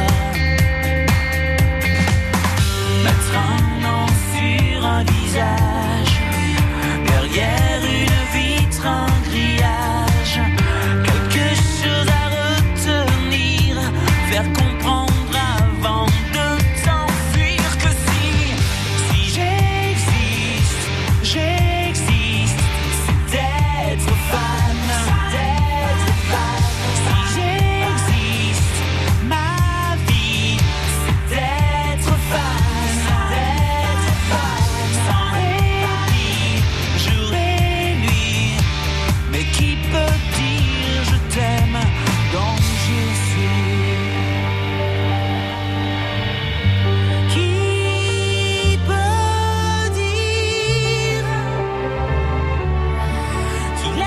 Mettre un nom sur un visage, derrière une vitre, un grillage. Quelque chose à retenir, faire comprendre avant de t'enfuir que si j'existe, j'existe, c'est d'être fan, d'être fan. Si j'existe, ma vie, c'est d'être fan, d'être fan. Sans répit, jour et nuit. Mais qui peut dire je t'aime donc je suis. Qui peut dire qu'il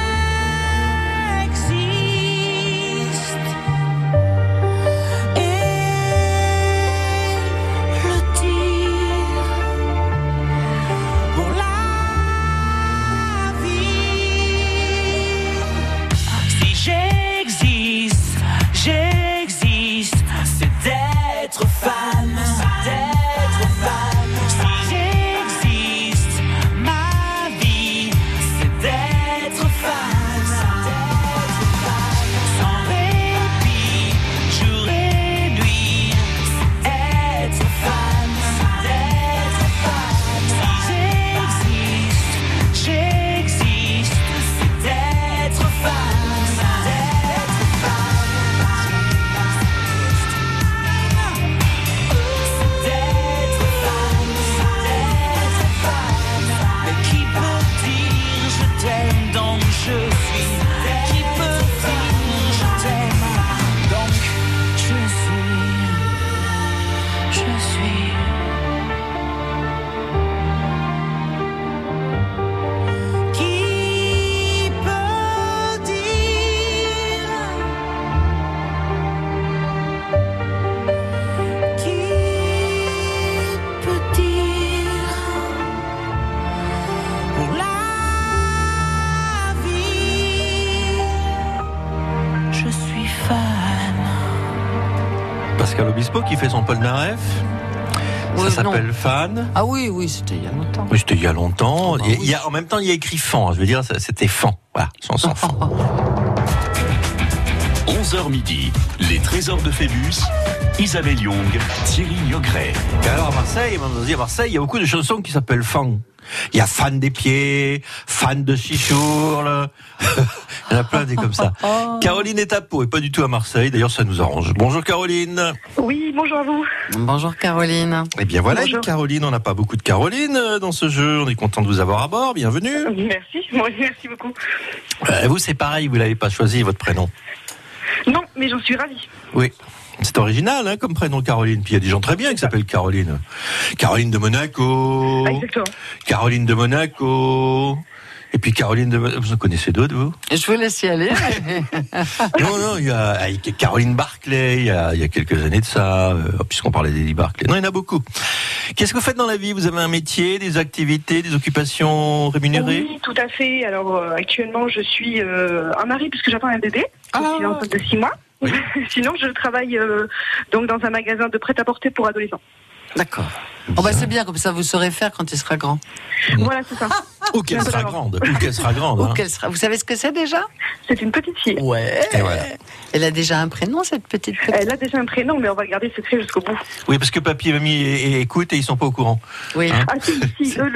existe et le dire pour la vie. Si j'existe, j'existe, c'est d'être fan, d'être fan. Si j'existe, ma vie, c'est d'être fan, d'être fan. Sans répit, jour et nuit, c'est être fan, d'être fan. Si j'existe, j'existe, c'est d'être fan, d'être fan. C'est d'être fan, d'être fan. Mais qui peut dire je t'aime donc je suis. Qui peut dire je t'aime donc je suis. Je suis. Qui peut dire? Qui peut dire pour la vie? Je suis fan. Pascal Obispo qui fait son polnareff. Ça Oui, s'appelle non. Fan. Ah oui, c'était il y a longtemps. Oui, c'était il y a longtemps. Ah bah Il y a, en même temps, il y a écrit Fan. Je veux dire, c'était Fan. Voilà, chanson Fan. 11h midi, les trésors de Phébus Isabelle Young, Thierry Niogret. Et alors à Marseille, il y a beaucoup de chansons qui s'appellent fan. Il y a fan des pieds, fan de chichourle. Il y en a plein des comme ça. Caroline est à Pau et pas du tout à Marseille. D'ailleurs, ça nous arrange. Bonjour Caroline. Oui, bonjour à vous. Bonjour Caroline. Eh bien voilà, Bonjour. Caroline, on n'a pas beaucoup de Caroline dans ce jeu. On est content de vous avoir à bord. Bienvenue. Merci, moi, merci beaucoup. Vous, c'est pareil, vous l'avez pas choisi votre prénom. Non, mais j'en suis ravie. Oui. C'est original comme prénom Caroline. Puis il y a des gens très bien qui s'appellent Caroline. Caroline de Monaco. Ah, exactement. Caroline de Monaco. Et puis Caroline de... Vous en connaissez d'autres, vous? Je vous laisse y aller. Non, il y a Caroline Barclay, il y a quelques années de ça, puisqu'on parlait d'Eddie Barclay. Non, il y en a beaucoup. Qu'est-ce que vous faiaites dans la vie? Vous avez un métier, des activités, des occupations rémunérées? Oui, tout à fait. Alors, actuellement, je suis un mari puisque j'attends un bébé. Je suis enceinte de 6 mois. Oui. Sinon, je travaille donc dans un magasin de prêt-à-porter pour adolescents. D'accord. Oh bah c'est bien, comme ça vous saurez faire quand il sera grand. Voilà, c'est ça. Ou qu'elle sera grande. Ou qu'elle sera grande. Ou hein. qu'elle sera... Vous savez ce que c'est déjà? C'est une petite fille. Ouais. Et voilà. Elle a déjà un prénom, cette petite. Elle a déjà un prénom, mais on va garder le secret jusqu'au bout. Oui, parce que papy et mamie écoutent et ils sont pas au courant. Oui. Ah si, eux,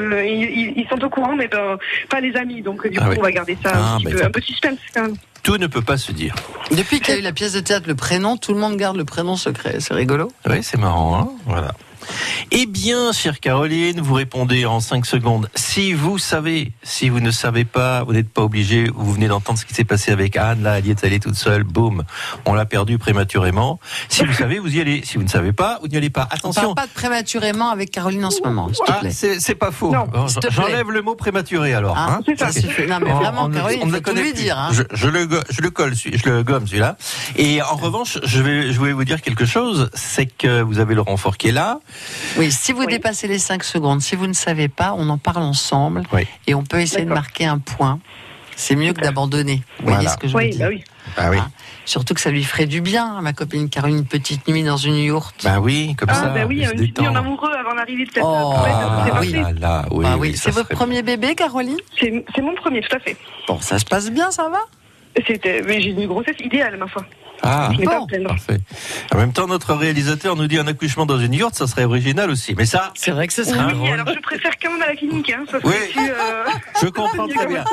ils sont au courant, mais pas les amis. Donc du coup, oui. on va garder ça un peu suspense quand même. Tout ne peut pas se dire. Depuis qu'il y a eu la pièce de théâtre, le prénom, tout le monde garde le prénom secret. C'est rigolo. Oui, c'est marrant, hein, voilà. Eh bien, chère Caroline, vous répondez en 5 secondes. Si vous savez, si vous ne savez pas, vous n'êtes pas obligé, vous venez d'entendre ce qui s'est passé avec Anne, là, elle y est allée toute seule, boum, on l'a perdue prématurément. Si vous savez, vous y allez. Si vous ne savez pas, vous n'y allez pas. On Attention. parle pas de prématurément avec Caroline en ce moment, s'il te plaît. C'est pas faux. Non, Alors, s'il te plaît. j'enlève le mot prématuré alors. Hein, c'est ça. suffit. Non mais vraiment, Caroline, il faut tout lui dire. Hein. Je le colle, je le gomme celui-là. Et en revanche, je vais vous dire quelque chose, c'est que vous avez le renfort qui est là. Oui, si vous dépassez les 5 secondes, si vous ne savez pas, on en parle ensemble et on peut essayer de marquer un point. C'est mieux que d'abandonner. Vous voyez ce que je veux dire? Bah oui. Ah oui. Hein, surtout que ça lui ferait du bien, ma copine Caroline, une petite nuit dans une yourte. Bah oui, comme ça. Bah oui, se une petite nuit en détendre. amoureux avant d'arriver peut-être. Oui, là, oui, Ah oui, oui, ça c'est votre serait- premier bébé, Caroline? C'est mon premier, tout à fait. Bon, ça se passe bien, ça va? Mais j'ai une grossesse idéale, ma foi. Ah, Je n'ai pas à bon. me plaindre. parfait. En même temps, notre réalisateur nous dit un accouchement dans une yourte, ça serait original aussi. Mais ça, C'est vrai que ce serait Oui, drôle. alors je préfère quand même à la clinique. Hein, ça serait Oui. plus, je comprends très bien.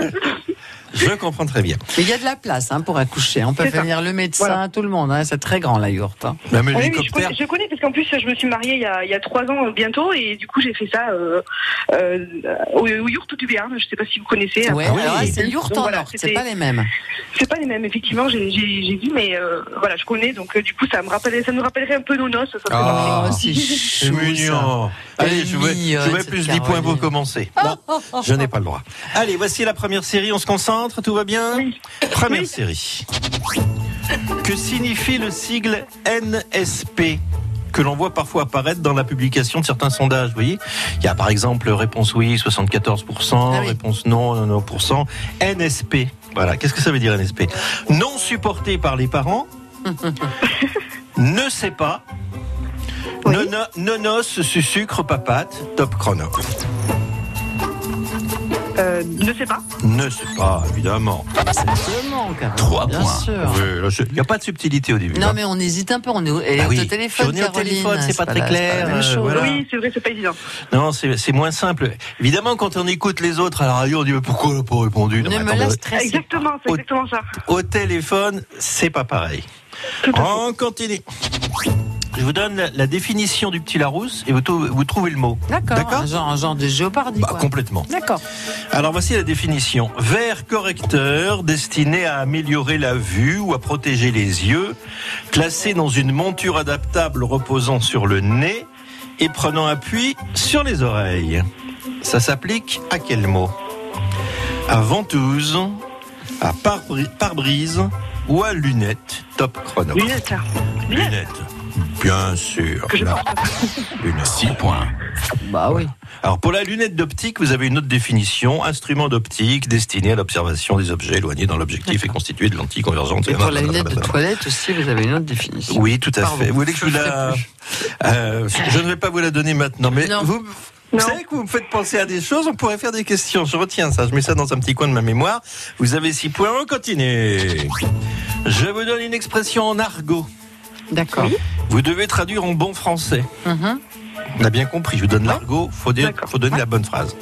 Je comprends très bien. Mais il y a de la place pour accoucher. On peut C'est ça. venir le médecin, Voilà. tout le monde. Hein. C'est très grand, la yourte. Hein. Même Oui, oui, l'hélicoptère. je connais parce qu'en plus je me suis mariée il y a 3 ans bientôt et du coup j'ai fait ça au Yourt du Béarn. Je ne sais pas si vous connaissez. Ouais, oui. alors là, c'est yourte Donc en voilà, or. C'est c'était- pas les mêmes. C'est pas les mêmes, effectivement. J'ai vu, mais voilà, je connais. Donc du coup ça nous rappellerait un peu nos noces. Ça serait Ah, parfait. c'est mignon. Allez, je mets plus 10 points pour commencer. Non, je n'ai pas le droit. Allez, voici la première série. On se concentre, tout va bien? Oui. Première Oui. série. Que signifie le sigle NSP que l'on voit parfois apparaître dans la publication de certains sondages, vous voyez? Il y a par exemple réponse oui, 74%, Ah oui. réponse non, 99%. NSP. Voilà, qu'est-ce que ça veut dire NSP? Non supporté par les parents, ne sait pas, nonos, sucre, papate, top chrono. Ne sais pas. Ne sait pas, évidemment. Simplement, Caroline. 3 Bien points. sûr. Il n'y a pas de subtilité au début. Non, hein. mais on hésite un peu. On est au, et Ah oui. au téléphone, On est au Caroline. téléphone, c'est pas très la- clair, c'est pas la même chose. voilà. Oui, c'est vrai, c'est pas évident. Non, c'est moins simple. Évidemment, quand on écoute les autres à la radio, on dit mais pourquoi elle n'a pas répondu? Non, Ne mais me attendez, la stressez Exactement, c'est exactement ça. au téléphone, c'est pas pareil. Tout à fait. On continue. Je vous donne la définition du petit Larousse et vous trouvez le mot. pas. D'accord. Un genre de géopardie. Bah, quoi. complètement. D'accord. Alors voici la définition. Verre correcteur destiné à améliorer la vue ou à protéger les yeux, placé dans une monture adaptable reposant sur le nez et prenant appui sur les oreilles. Ça s'applique à quel mot? À ventouse, à pare-brise ou à lunettes. Top chrono. Lunettes, là. Lunettes. Bien sûr. Que je Là. porte. Lunettes. 6 points. Bah oui. Alors pour la lunette d'optique, vous avez une autre définition. Instrument d'optique destiné à l'observation des objets éloignés dans l'objectif et constitué de lentilles convergentes. Et pour la lunette de toilette aussi, vous avez une autre définition. Oui, tout à Pardon, fait. Vous voulez que je vous je la... le je ne vais pas vous la donner maintenant, mais Non. vous Non. savez que vous me faites penser à des choses, on pourrait faire des questions. Je retiens ça, je mets ça dans un petit coin de ma mémoire. Vous avez 6 points, on continue. Je vous donne une expression en argot. D'accord. Vous devez traduire en bon français. Mhm. On a bien compris, je vous donne l'argot, faut donner la bonne phrase.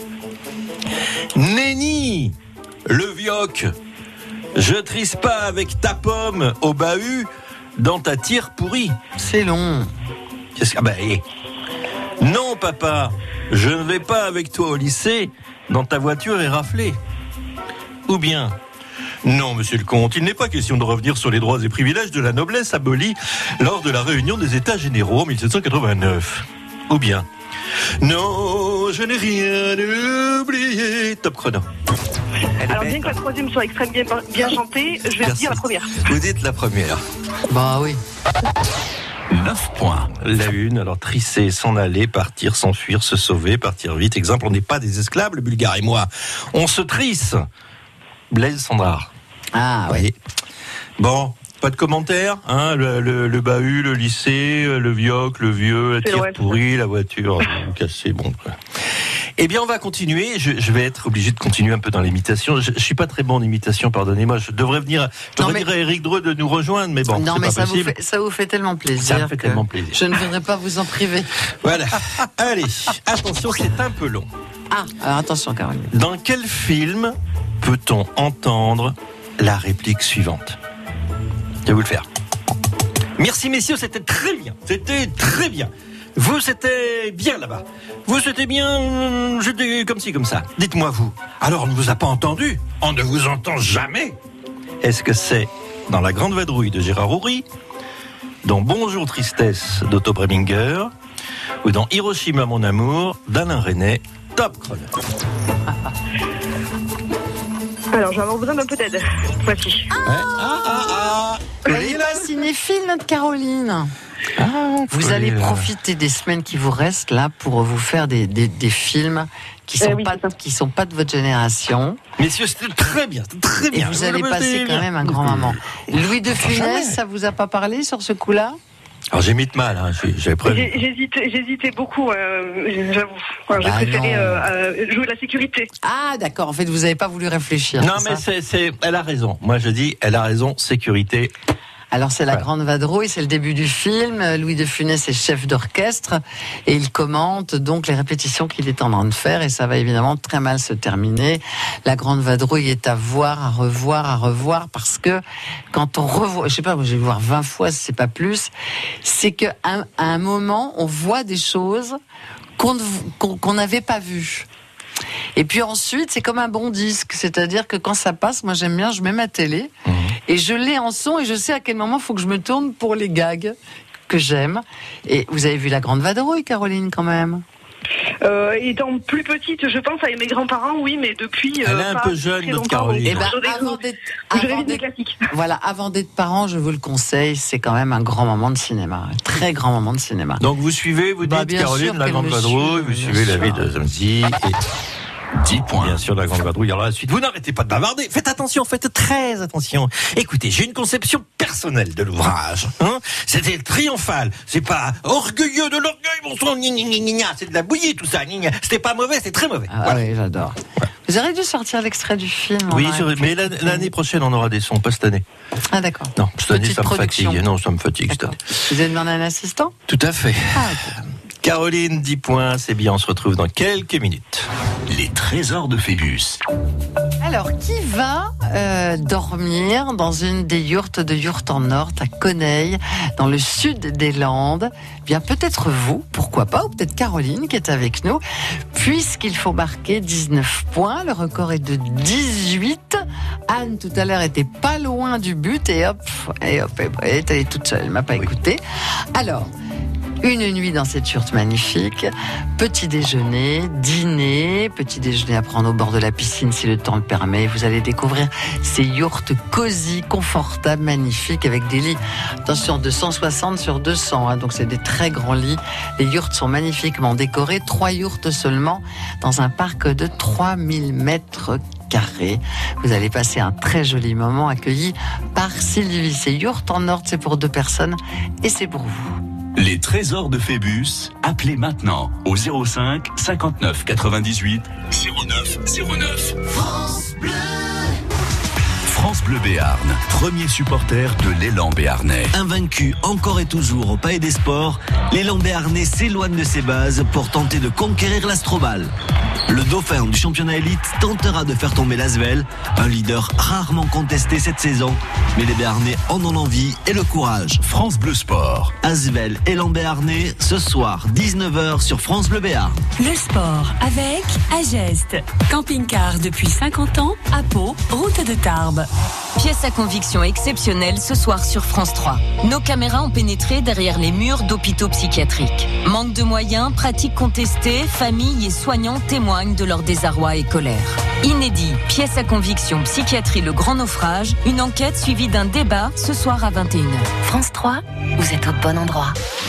Nenni, le vioque, je trisse pas avec ta pomme au bahut dans ta tire pourrie. C'est long. Qu'est-ce que... Ah bah, non, papa, je ne vais pas avec toi au lycée dans ta voiture éraflée. Ou bien... Non, monsieur le comte, il n'est pas question de revenir sur les droits et privilèges de la noblesse abolis lors de la réunion des États généraux en 1789. Ou bien, non, je n'ai rien oublié. Top chrono. Alors bien que la troisième soit extrêmement bien chantée, je vais dire la première. Vous dites la première. Bah oui. 9 points. La une, alors trisser, s'en aller, partir, s'enfuir, se sauver, partir vite. Exemple, on n'est pas des esclaves, le Bulgare et moi. On se trisse. Blaise Sandrard. Ah oui. Bon, pas de commentaires, hein, le bahut, le lycée, le vioque, le vieux, la tire pourrie, la voiture cassée, bon. Eh bien, on va continuer. Je vais être obligé de continuer un peu dans l'imitation. Je suis pas très bon en imitation, pardonnez-moi. Je devrais dire à Éric Dreux de nous rejoindre, mais bon, non, c'est mais pas possible. ça vous fait tellement plaisir. Ça me fait tellement plaisir. Je ne voudrais pas vous en priver. Voilà. Allez, attention, c'est un peu long. Ah, alors attention, Caroline. Dans quel film peut-on entendre la réplique suivante? Je vais vous le faire. Merci messieurs, c'était très bien. C'était très bien. Vous, c'était bien là-bas. Vous, c'était bien... J'étais comme ci, comme ça. Dites-moi vous. Alors, on ne vous a pas entendu? On ne vous entend jamais. Est-ce que c'est dans La Grande Vadrouille de Gérard Houry, dans Bonjour Tristesse d'Otto Preminger, ou dans Hiroshima mon amour d'Alain Resnais? Top chrono. Alors, je vais avoir besoin d'un peu d'aide. Voici. Elle est pas cinéphile, notre Caroline. Vous allez profiter des semaines qui vous restent là pour vous faire des films qui sont pas de votre génération. Messieurs, c'était très bien, très bien. Et vous allez passer quand même un grand moment. Louis de Funès, ça vous a pas parlé sur ce coup-là? Alors j'ai mis de mal, hein. J'avais prévu. J'hésitais beaucoup, j'avoue. Enfin, j'ai préféré jouer la sécurité. Ah d'accord, en fait vous n'avez pas voulu réfléchir. Non mais elle a raison. Moi je dis, elle a raison, sécurité. Alors c'est La Grande Vadrouille, c'est le début du film. Louis de Funès est chef d'orchestre et il commente donc les répétitions qu'il est en train de faire et ça va évidemment très mal se terminer. La Grande Vadrouille est à voir, à revoir parce que quand on revoit, je sais pas, moi je vais voir 20 fois, si c'est pas plus, c'est qu'à un moment on voit des choses qu'on n'avait pas vues. Et puis ensuite, c'est comme un bon disque, c'est-à-dire que quand ça passe, moi j'aime bien, je mets ma télé et je l'ai en son et je sais à quel moment il faut que je me tourne pour les gags que j'aime. Et vous avez vu La Grande Vadrouille, Caroline, quand même? Étant plus petite, je pense avec mes grands-parents, oui, mais depuis. Elle est un peu jeune, notre Caroline. Eh ben, avant d'être parent, je vous le conseille, c'est quand même un grand moment de cinéma, un très grand moment de cinéma. Donc vous suivez, vous dites Caroline, La Grande Vadrouille, vous suivez la vie de Zamzi et 10 points. Bien sûr, La Grande Vadrouille. Alors la suite, vous n'arrêtez pas de bavarder. Faites attention, faites très attention. Écoutez, j'ai une conception personnelle de l'ouvrage. Hein, c'était triomphal. C'est pas orgueilleux de l'orgueil, bon sang. C'est de la bouillie, tout ça. C'était pas mauvais, c'est très mauvais. Ah voilà. Oui, j'adore. Vous aurez dû sortir l'extrait du film. Oui, mais l'année prochaine, on aura des sons, pas cette année. Ah d'accord. Non, cette année, ça me fatigue. Non, ça me fatigue cette année. Vous avez demandé un assistant? Tout à fait. Ah, okay. Caroline, 10 points, c'est bien, on se retrouve dans quelques minutes. Les trésors de Phébus. Alors, qui va dormir dans une des yourtes de Yurts-en-Nord à Coneille, dans le sud des Landes? Bien, peut-être vous, pourquoi pas, ou peut-être Caroline qui est avec nous, puisqu'il faut marquer 19 points. Le record est de 18. Anne, tout à l'heure, était pas loin du but, et hop, elle est toute seule, elle m'a pas écouté. Alors... Une nuit dans cette yourte magnifique, petit déjeuner, dîner, petit déjeuner à prendre au bord de la piscine si le temps le permet. Vous allez découvrir ces yourtes cosy, confortables, magnifiques, avec des lits, attention, de 160 sur 200, hein, donc c'est des très grands lits. Les yourtes sont magnifiquement décorées, 3 yourtes seulement, dans un parc de 3000 mètres carrés. Vous allez passer un très joli moment accueilli par Sylvie. Ces Yurts-en-Nord, c'est pour 2 personnes et c'est pour vous. Les trésors de Phébus, appelez maintenant au 05 59 98 09 09. France Bleu. France Bleu Béarn, premier supporter de l'élan béarnais. Invaincu encore et toujours au Palais des Sports, l'élan béarnais s'éloigne de ses bases pour tenter de conquérir l'Astrobal. Le dauphin du championnat élite tentera de faire tomber l'Asvel, un leader rarement contesté cette saison, mais les Béarnais en ont l'envie et le courage. France Bleu Sport. Asvel élan béarnais, ce soir 19h sur France Bleu Béarn. Le sport avec Ageste. Camping-car depuis 50 ans à Pau, route de Tarbes. Pièce à conviction exceptionnelle ce soir sur France 3. Nos caméras ont pénétré derrière les murs d'hôpitaux psychiatriques. Manque de moyens, pratiques contestées, familles et soignants témoignent de leur désarroi et colère. Inédit, pièce à conviction psychiatrie Le Grand Naufrage, une enquête suivie d'un débat ce soir à 21h. France 3, vous êtes au bon endroit.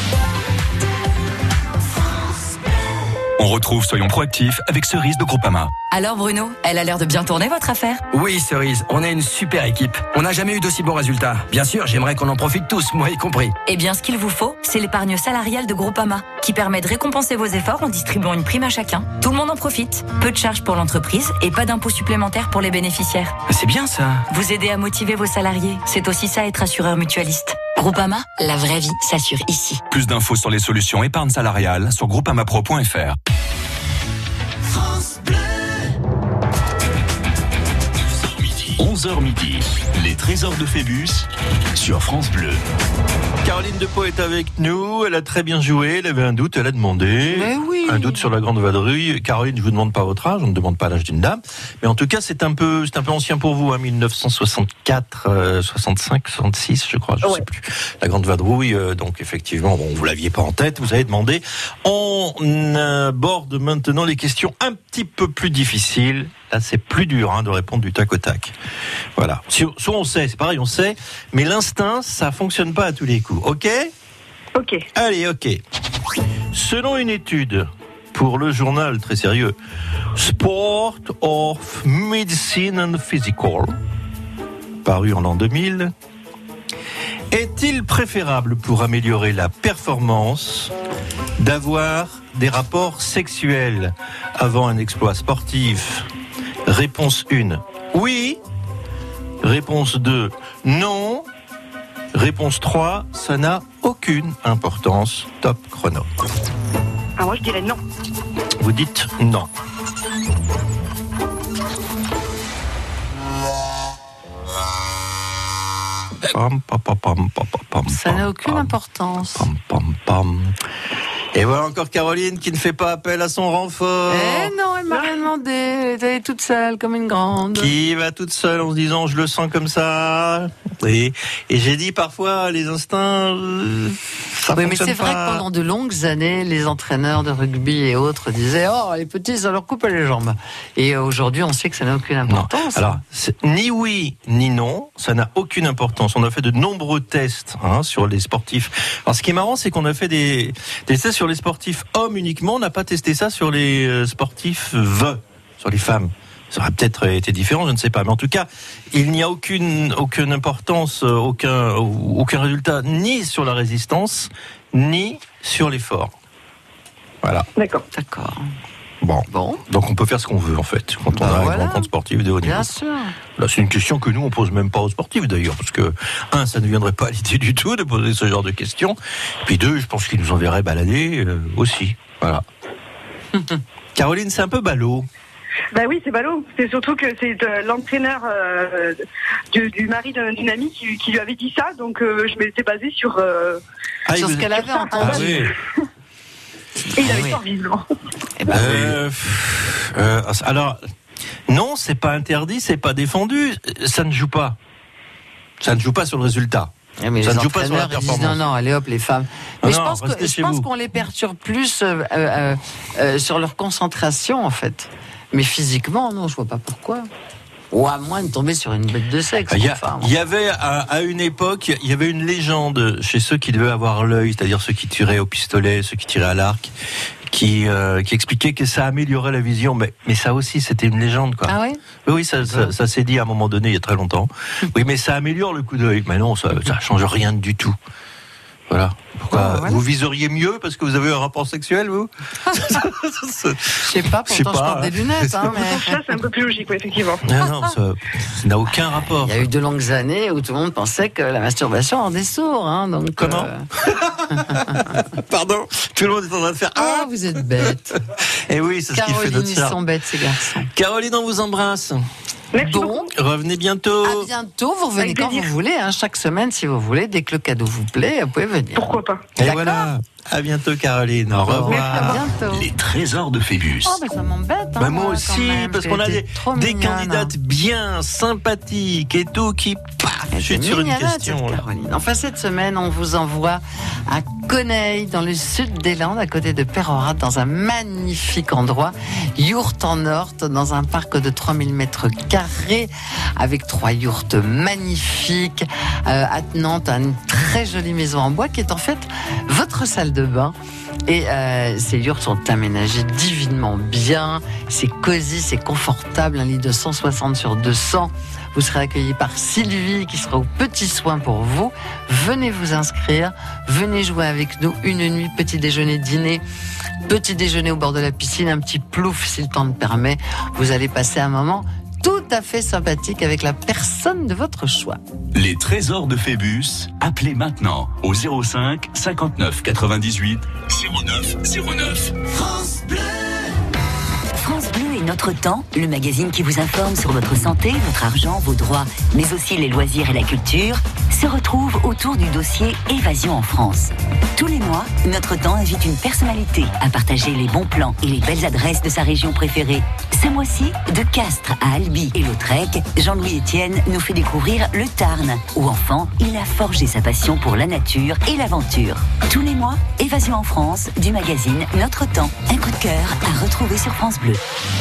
On retrouve Soyons proactifs avec Cerise de Groupama. Alors Bruno, elle a l'air de bien tourner votre affaire? Oui Cerise, on est une super équipe. On n'a jamais eu d'aussi bons résultats. Bien sûr, j'aimerais qu'on en profite tous, moi y compris. Eh bien ce qu'il vous faut, c'est l'épargne salariale de Groupama, qui permet de récompenser vos efforts en distribuant une prime à chacun. Tout le monde en profite. Peu de charges pour l'entreprise et pas d'impôts supplémentaires pour les bénéficiaires. C'est bien ça. Vous aidez à motiver vos salariés, c'est aussi ça être assureur mutualiste. Groupama, la vraie vie s'assure ici. Plus d'infos sur les solutions épargne salariale sur groupamapro.fr. France Bleu. 11h midi, les trésors de Phébus sur France Bleu. Caroline Depot est avec nous, elle a très bien joué, elle avait un doute, elle a demandé. Mais oui. Un doute sur la Grande Vadrouille. Caroline, je vous demande pas votre âge, on ne demande pas l'âge d'une dame, mais en tout cas c'est un peu ancien pour vous, 1964, 65, 66 je crois, je sais plus. La Grande Vadrouille, donc effectivement, bon, vous l'aviez pas en tête, vous avez demandé. On aborde maintenant les questions un petit peu plus difficiles. Là, c'est plus dur de répondre du tac au tac. Voilà. Soit on sait, c'est pareil, on sait, mais l'instinct, ça fonctionne pas à tous les coups. Ok ? Ok. Allez, ok. Selon une étude pour le journal très sérieux Sport of Medicine and Physical, paru en l'an 2000, est-il préférable pour améliorer la performance d'avoir des rapports sexuels avant un exploit sportif? Réponse 1, oui. Réponse 2, non. Réponse 3, ça n'a aucune importance. Top chrono. Ah, moi je dirais non. Vous dites non. Ça n'a aucune importance. Et voilà encore Caroline qui ne fait pas appel à son renfort. Eh non, elle m'a rien demandé. Elle est toute seule, comme une grande. Qui va toute seule en se disant je le sens comme ça. Et j'ai dit parfois les instincts, ça oui, mais fonctionne c'est vrai pas. que pendant de longues années, les entraîneurs de rugby et autres disaient oh les petits ça leur coupe les jambes. Et aujourd'hui on sait que ça n'a aucune importance. Non. Alors ni oui ni non, ça n'a aucune importance. On a fait de nombreux tests sur les sportifs. Alors ce qui est marrant c'est qu'on a fait des tests sur les sportifs hommes uniquement, on n'a pas testé ça sur les sportifs sur les femmes. Ça aurait peut-être été différent, je ne sais pas. Mais en tout cas, il n'y a aucune importance, aucun résultat, ni sur la résistance, ni sur l'effort. Voilà. D'accord. Bon. Donc on peut faire ce qu'on veut en fait, quand on a un grand compte sportif de haut niveau. Bien sûr. Là, c'est une question que nous, on pose même pas aux sportifs d'ailleurs, parce que, ça ne viendrait pas à l'idée du tout de poser ce genre de questions. Puis 2, je pense qu'ils nous enverraient balader aussi. Voilà. Caroline, c'est un peu ballot. Bah oui, c'est ballot. C'est surtout que c'est l'entraîneur du mari d'une amie qui lui avait dit ça, donc je m'étais basée sur ce qu'elle avait entendu. Ah oui. Et il avait tort, visiblement. Alors, non, c'est pas interdit, c'est pas défendu, ça ne joue pas. Ça ne joue pas sur le résultat. Mais ça les ne joue pas sur la entraîneurs, ils performance. disent non, allez hop, les femmes. Mais Non, je pense qu'on les perturbe plus sur leur concentration, en fait. Mais physiquement, non, je vois pas pourquoi. Ou à moins de tomber sur une bête de sexe. Il y avait à une époque, il y avait une légende chez ceux qui devaient avoir l'œil, c'est-à-dire ceux qui tiraient au pistolet, ceux qui tiraient à l'arc, qui expliquait que ça améliorait la vision. Mais ça aussi, c'était une légende, quoi. Ah ouais ? Oui, ça s'est dit à un moment donné, il y a très longtemps. Oui, mais ça améliore le coup d'œil. Mais non, ça change rien du tout. Voilà. Pourquoi voilà. Vous viseriez mieux parce que vous avez un rapport sexuel, vous? Je sais pas, pourtant je porte des lunettes. Hein, mais... Pour ça, c'est un peu plus logique, oui, effectivement. Non, ça n'a aucun rapport. Il y a eu de longues années où tout le monde pensait que la masturbation rendait sourd. Hein, donc, comment Pardon, tout le monde est en train de faire. Ah, vous êtes bête. Et oui, c'est ce qui fait notre Caroline, ils charme. sont bêtes, ces garçons. Caroline, on vous embrasse. Merci Bon, beaucoup. Revenez bientôt. à bientôt. Vous revenez Avec quand plaisir. vous voulez, hein, chaque semaine si vous voulez. Dès que le cadeau vous plaît, vous pouvez venir. Pourquoi pas? Et voilà. À bientôt, Caroline. Au À revoir. bientôt. Les trésors de Phébus. Oh, ben ça m'embête. Hein, Bah, moi quand aussi, même, parce qu'elle qu'on a était des trop mignonne, candidates bien sympathiques et tout qui Elle chutent était sur une mignonnette, question. cette là. Caroline. Enfin, cette semaine, on vous envoie à Coneil, dans le sud des Landes, à côté de Pérorat, dans un magnifique endroit, yourte en Horte, dans un parc de 3000 mètres carrés, avec 3 yourtes magnifiques, attenantes à une très jolie maison en bois, qui est en fait votre salle de bain. Et ces yourtes sont aménagées divinement bien, c'est cosy, c'est confortable, un lit de 160 sur 200. Vous serez accueillis par Sylvie qui sera aux petits soins pour vous. Venez vous inscrire, venez jouer avec nous une nuit, petit déjeuner, dîner, petit déjeuner au bord de la piscine, un petit plouf si le temps le permet. Vous allez passer un moment tout à fait sympathique avec la personne de votre choix. Les trésors de Phébus, appelez maintenant au 05 59 98 09 09. France Bleu. France Bleu et Notre Temps, le magazine qui vous informe sur votre santé, votre argent, vos droits, mais aussi les loisirs et la culture, se retrouve autour du dossier Évasion en France. Tous les mois, Notre Temps invite une personnalité à partager les bons plans et les belles adresses de sa région préférée. Ce mois-ci, de Castres à Albi et Lautrec, Jean-Louis Etienne nous fait découvrir le Tarn, où enfant, il a forgé sa passion pour la nature et l'aventure. Tous les mois, Évasion en France, du magazine Notre Temps. Un coup de cœur à retrouver sur France Bleu.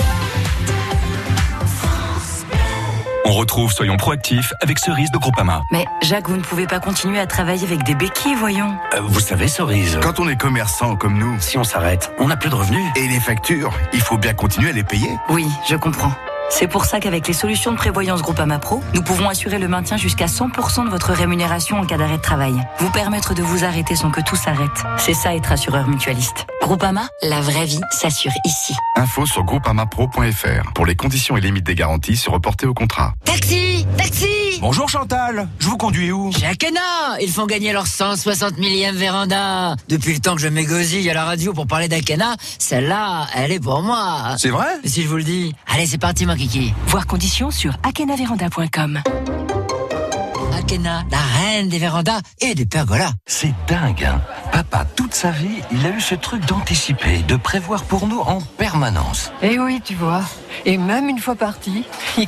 On retrouve Soyons proactifs avec Cerise de Groupama. Mais Jacques, vous ne pouvez pas continuer à travailler avec des béquilles, voyons. Vous savez, Cerise, quand on est commerçant comme nous, si on s'arrête, on n'a plus de revenus. Et les factures, il faut bien continuer à les payer. Oui, je comprends. C'est pour ça qu'avec les solutions de prévoyance Groupama Pro, nous pouvons assurer le maintien jusqu'à 100% de votre rémunération en cas d'arrêt de travail. Vous permettre de vous arrêter sans que tout s'arrête. C'est ça être assureur mutualiste. Groupama, la vraie vie s'assure ici. Info sur groupamapro.fr. Pour les conditions et limites des garanties, se reporter au contrat. Taxi! Taxi! Bonjour Chantal, je vous conduis où? Chez Akena! Ils font gagner leur 160 millième véranda. Depuis le temps que je m'égosille à la radio pour parler d'Akena, celle-là, elle est pour moi. C'est vrai? Si je vous le dis. Allez, c'est parti, mon kiki. Voir conditions sur akenaveranda.com. Akena, la reine des vérandas et des pergolas. C'est dingue, hein. Papa, toute sa vie, il a eu ce truc d'anticiper, de prévoir pour nous en permanence. Eh oui, tu vois. Et même une fois parti,